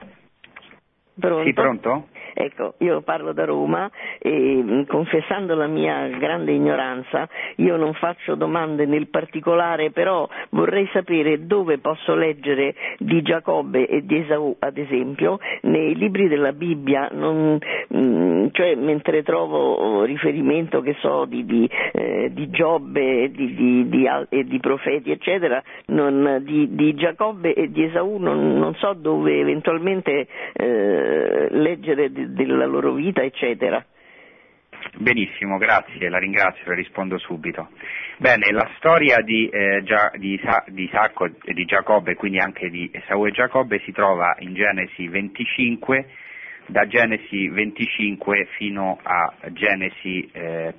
E: Pronto?
B: Sì, pronto?
E: Ecco, io parlo da Roma e, confessando la mia grande ignoranza, io non faccio domande nel particolare, però vorrei sapere dove posso leggere di Giacobbe e di Esaù, ad esempio, nei libri della Bibbia, non, cioè mentre trovo riferimento, che so, di, di, eh, di Giobbe e di, di, di, e di profeti, eccetera, non, di, di Giacobbe e di Esaù non, non so dove eventualmente eh, leggere de, della loro vita, eccetera.
B: Benissimo, grazie, la ringrazio, le rispondo subito. Bene, la storia di, eh, Gia, di, Isa, di Isacco e di Giacobbe, quindi anche di Esaù e Giacobbe, si trova in Genesi venticinque, da Genesi venticinque fino a Genesi eh,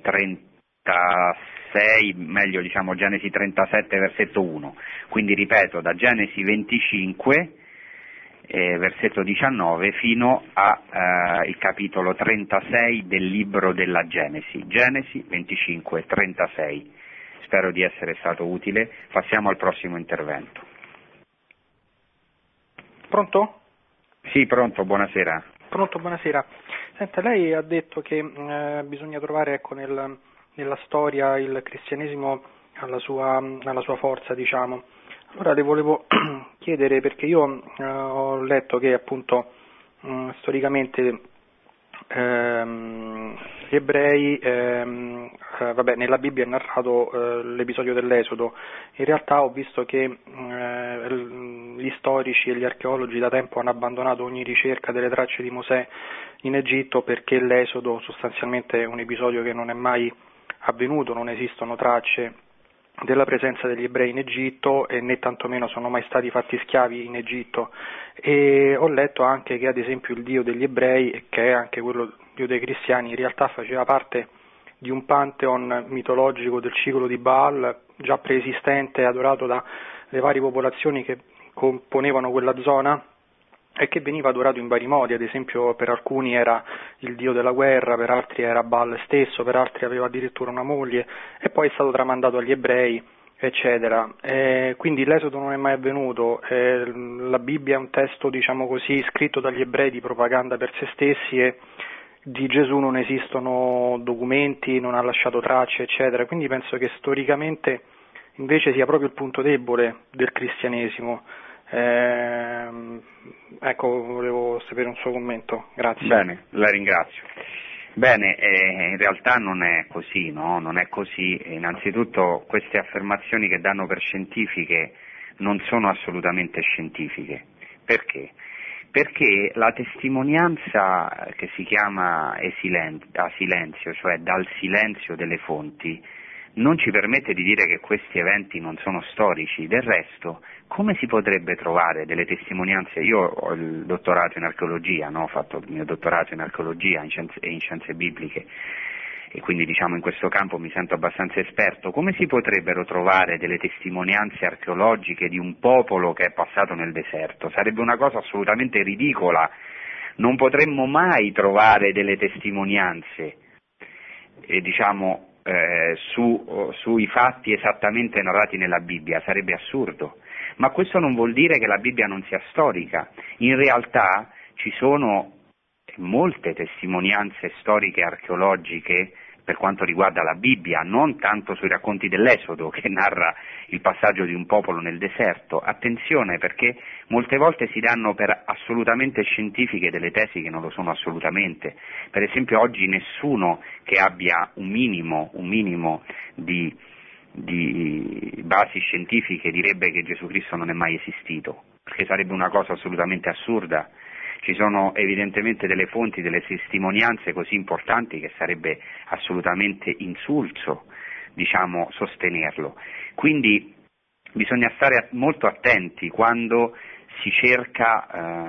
B: trentasei, meglio diciamo Genesi trentasette versetto uno, quindi ripeto, da Genesi venticinque Eh, versetto diciannove fino al eh, capitolo trentasei del libro della Genesi, Genesi venticinque trentasei. Spero di essere stato utile. Passiamo al prossimo intervento.
F: Pronto?
B: Sì, pronto, buonasera.
F: Pronto, buonasera. Senta, lei ha detto che eh, bisogna trovare, ecco, nel, nella storia il cristianesimo alla sua, alla sua forza, diciamo. Allora le volevo chiedere, perché io eh, ho letto che appunto mh, storicamente ehm, gli ebrei, ehm, eh, vabbè, nella Bibbia è narrato eh, l'episodio dell'Esodo. In realtà ho visto che eh, gli storici e gli archeologi da tempo hanno abbandonato ogni ricerca delle tracce di Mosè in Egitto, perché l'Esodo sostanzialmente è un episodio che non è mai avvenuto, non esistono tracce della presenza degli ebrei in Egitto e né tantomeno sono mai stati fatti schiavi in Egitto, e ho letto anche che ad esempio il Dio degli ebrei, che è anche quello Dio dei cristiani, in realtà faceva parte di un pantheon mitologico del ciclo di Baal già preesistente, adorato dalle varie popolazioni che componevano quella zona e che veniva adorato in vari modi. Ad esempio per alcuni era il dio della guerra, per altri era Baal stesso, per altri aveva addirittura una moglie, e poi è stato tramandato agli ebrei, eccetera. E quindi l'Esodo non è mai avvenuto, e la Bibbia è un testo, diciamo così, scritto dagli ebrei di propaganda per se stessi, e di Gesù non esistono documenti, non ha lasciato tracce, eccetera. Quindi penso che storicamente invece sia proprio il punto debole del cristianesimo. Eh, ecco, volevo sapere un suo commento. Grazie.
B: Bene, la ringrazio. Bene, eh, in realtà non è così, no? Non è così. Innanzitutto queste affermazioni che danno per scientifiche non sono assolutamente scientifiche. Perché? Perché la testimonianza che si chiama a silenzio, cioè dal silenzio delle fonti, non ci permette di dire che questi eventi non sono storici. Del resto, come si potrebbe trovare delle testimonianze? Io ho il dottorato in archeologia, no? Ho fatto il mio dottorato in archeologia e in scienze bibliche, e quindi diciamo in questo campo mi sento abbastanza esperto. Come si potrebbero trovare delle testimonianze archeologiche di un popolo che è passato nel deserto? Sarebbe una cosa assolutamente ridicola. Non potremmo mai trovare delle testimonianze, eh, diciamo, eh, su, sui fatti esattamente narrati nella Bibbia. Sarebbe assurdo. Ma questo non vuol dire che la Bibbia non sia storica. In realtà ci sono molte testimonianze storiche e archeologiche per quanto riguarda la Bibbia, non tanto sui racconti dell'Esodo che narra il passaggio di un popolo nel deserto. Attenzione, perché molte volte si danno per assolutamente scientifiche delle tesi che non lo sono assolutamente. Per esempio oggi nessuno che abbia un minimo, un minimo di, di basi scientifiche direbbe che Gesù Cristo non è mai esistito, perché sarebbe una cosa assolutamente assurda. Ci sono evidentemente delle fonti, delle testimonianze così importanti che sarebbe assolutamente insulso, diciamo, sostenerlo. Quindi bisogna stare molto attenti quando si cerca,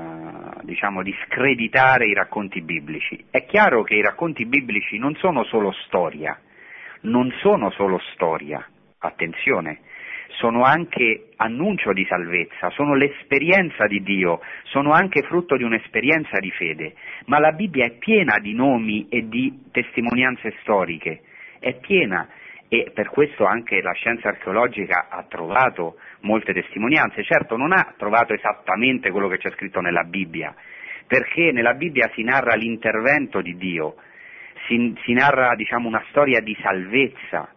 B: eh, diciamo, di screditare i racconti biblici. È chiaro che i racconti biblici non sono solo storia, non sono solo storia, attenzione. Sono anche annuncio di salvezza, sono l'esperienza di Dio, sono anche frutto di un'esperienza di fede, ma la Bibbia è piena di nomi e di testimonianze storiche, è piena, e per questo anche la scienza archeologica ha trovato molte testimonianze. Certo, non ha trovato esattamente quello che c'è scritto nella Bibbia, perché nella Bibbia si narra l'intervento di Dio, si, si narra, diciamo, una storia di salvezza,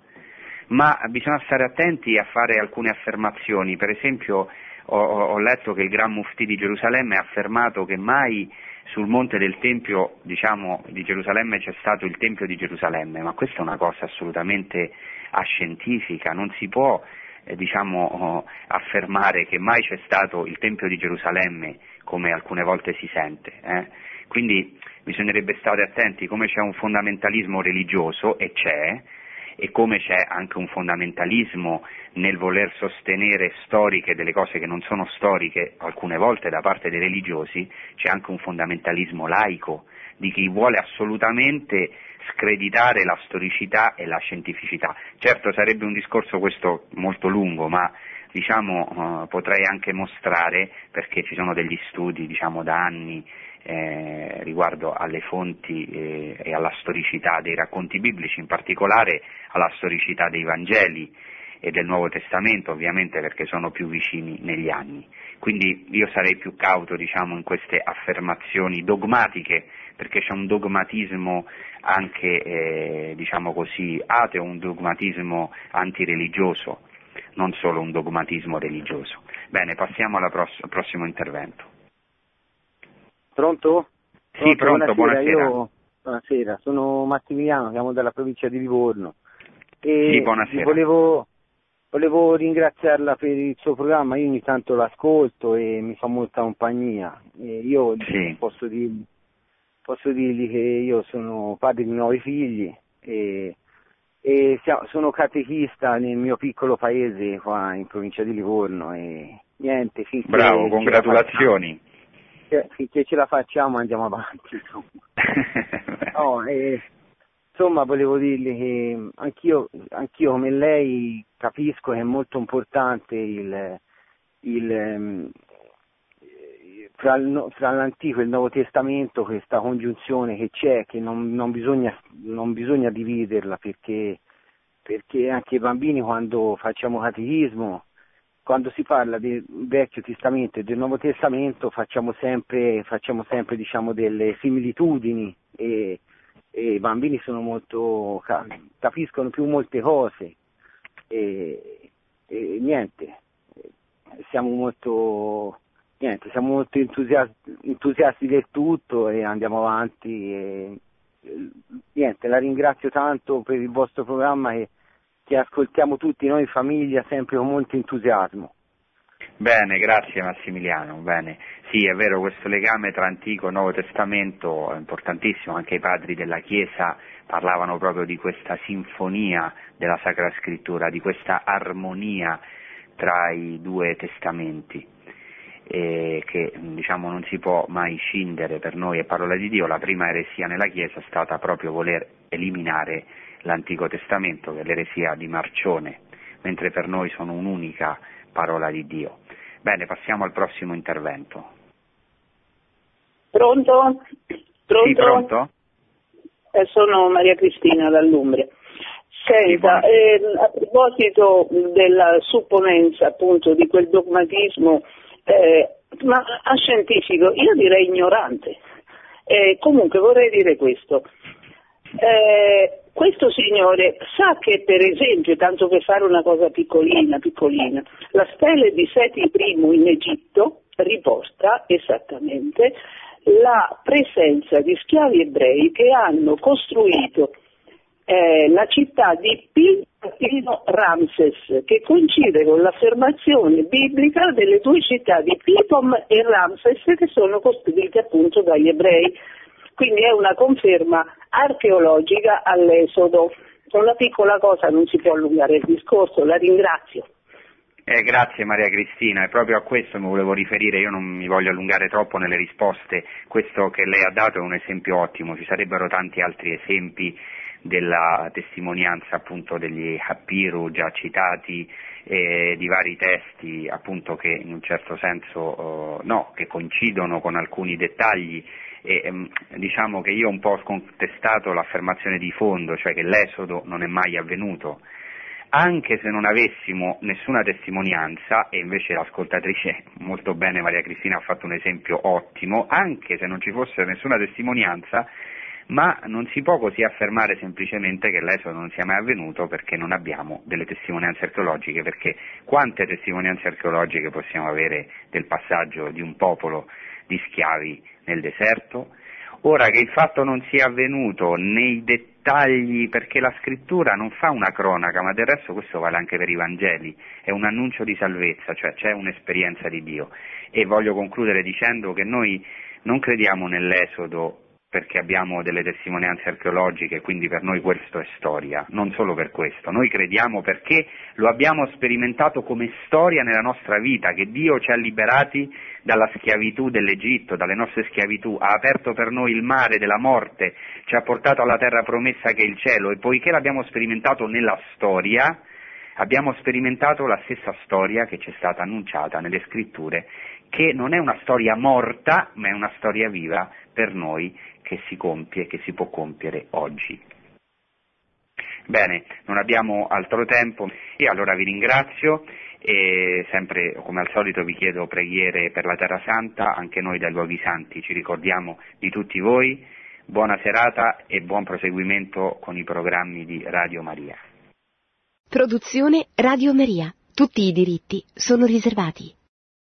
B: ma bisogna stare attenti a fare alcune affermazioni. Per esempio ho, ho letto che il Gran Muftì di Gerusalemme ha affermato che mai sul monte del Tempio, diciamo, di Gerusalemme c'è stato il Tempio di Gerusalemme, ma questa è una cosa assolutamente ascientifica. Non si può eh, diciamo, affermare che mai c'è stato il Tempio di Gerusalemme, come alcune volte si sente, eh? Quindi bisognerebbe stare attenti. Come c'è un fondamentalismo religioso, e c'è, e come c'è anche un fondamentalismo nel voler sostenere storiche delle cose che non sono storiche alcune volte da parte dei religiosi, c'è anche un fondamentalismo laico di chi vuole assolutamente screditare la storicità e la scientificità. Certo, sarebbe un discorso questo molto lungo, ma diciamo eh, potrei anche mostrare, perché ci sono degli studi, diciamo, da anni Eh, riguardo alle fonti eh, e alla storicità dei racconti biblici, in particolare alla storicità dei Vangeli e del Nuovo Testamento, ovviamente perché sono più vicini negli anni. Quindi io sarei più cauto, diciamo, in queste affermazioni dogmatiche, perché c'è un dogmatismo anche, eh, diciamo così, ateo, un dogmatismo antireligioso, non solo un dogmatismo religioso. Bene, passiamo alla pross- al prossimo intervento.
G: Pronto?
B: Sì, pronto, buonasera. buonasera.
G: Io, buonasera, sono Massimiliano, siamo dalla provincia di Livorno. E
B: sì, buonasera.
G: Volevo, volevo ringraziarla per il suo programma, io ogni tanto l'ascolto e mi fa molta compagnia. E io
B: sì.
G: posso, dir, posso dirgli che io sono padre di nove figli e, e sono catechista nel mio piccolo paese qua in provincia di Livorno e niente, finché
B: bravo, congratulazioni.
G: Facciamo, finché ce la facciamo andiamo avanti, insomma. No, eh, insomma volevo dirle che anch'io, anch'io come lei capisco che è molto importante il, il Fra, il, fra l'Antico e il Nuovo Testamento, questa congiunzione che c'è, che non, non, bisogna, non bisogna dividerla, perché, perché anche i bambini quando facciamo catechismo, quando si parla del Vecchio Testamento e del Nuovo Testamento facciamo sempre, facciamo sempre diciamo, delle similitudini e, e i bambini sono molto, capiscono più molte cose e, e niente, siamo molto... Niente, siamo molto entusiasti, entusiasti del tutto e andiamo avanti e, niente, la ringrazio tanto per il vostro programma che, che ascoltiamo tutti noi in famiglia sempre con molto entusiasmo.
B: Bene, grazie Massimiliano, bene. Sì, è vero, questo legame tra Antico e Nuovo Testamento è importantissimo, anche i padri della Chiesa parlavano proprio di questa sinfonia della Sacra Scrittura, di questa armonia tra i due testamenti. E che diciamo non si può mai scindere. Per noi è parola di Dio. La prima eresia nella Chiesa è stata proprio voler eliminare l'Antico Testamento, che è l'eresia di Marcione, mentre per noi sono un'unica parola di Dio. Bene, passiamo al prossimo intervento.
H: Pronto? Pronto?
B: Sì, pronto?
H: Eh, sono Maria Cristina dall'Umbria. Senta,
B: sì,
H: eh, a proposito della supponenza appunto di quel dogmatismo Eh, ma a scientifico io direi ignorante. Eh, comunque vorrei dire questo. Eh, questo signore sa che per esempio, tanto per fare una cosa piccolina, piccolina, la stele di Seti I in Egitto riporta esattamente la presenza di schiavi ebrei che hanno costruito eh, la città di Pino Ramses, che coincide con l'affermazione biblica delle due città di Pithom e Ramses che sono costruite appunto dagli ebrei. Quindi è una conferma archeologica all'Esodo. Una piccola cosa, non si può allungare il discorso, la ringrazio.
B: Eh, grazie Maria Cristina, e proprio a questo mi volevo riferire, io non mi voglio allungare troppo nelle risposte, questo che lei ha dato è un esempio ottimo, ci sarebbero tanti altri esempi della testimonianza appunto degli Happiru già citati, eh, di vari testi appunto che in un certo senso eh, no, che coincidono con alcuni dettagli e ehm, diciamo che io ho un po' scontestato l'affermazione di fondo, cioè che l'Esodo non è mai avvenuto. Anche se non avessimo nessuna testimonianza, e invece l'ascoltatrice molto bene Maria Cristina ha fatto un esempio ottimo, anche se non ci fosse nessuna testimonianza, ma non si può così affermare semplicemente che l'esodo non sia mai avvenuto perché non abbiamo delle testimonianze archeologiche, perché quante testimonianze archeologiche possiamo avere del passaggio di un popolo di schiavi nel deserto? Ora, che il fatto non sia avvenuto nei dettagli, perché la scrittura non fa una cronaca, ma del resto questo vale anche per i Vangeli, è un annuncio di salvezza, cioè c'è un'esperienza di Dio. E voglio concludere dicendo che noi non crediamo nell'Esodo perché abbiamo delle testimonianze archeologiche, quindi per noi questo è storia, non solo per questo, noi crediamo perché lo abbiamo sperimentato come storia nella nostra vita, che Dio ci ha liberati dalla schiavitù dell'Egitto, dalle nostre schiavitù, ha aperto per noi il mare della morte, ci ha portato alla terra promessa che è il cielo, e poiché l'abbiamo sperimentato nella storia, abbiamo sperimentato la stessa storia che ci è stata annunciata nelle scritture, che non è una storia morta, ma è una storia viva per noi, che si compie, che si può compiere oggi. Bene, non abbiamo altro tempo, e allora vi ringrazio e sempre come al solito vi chiedo preghiere per la Terra Santa, anche noi dai luoghi santi ci ricordiamo di tutti voi. Buona serata e buon proseguimento con i programmi di Radio Maria.
A: Produzione Radio Maria. Tutti i diritti sono riservati.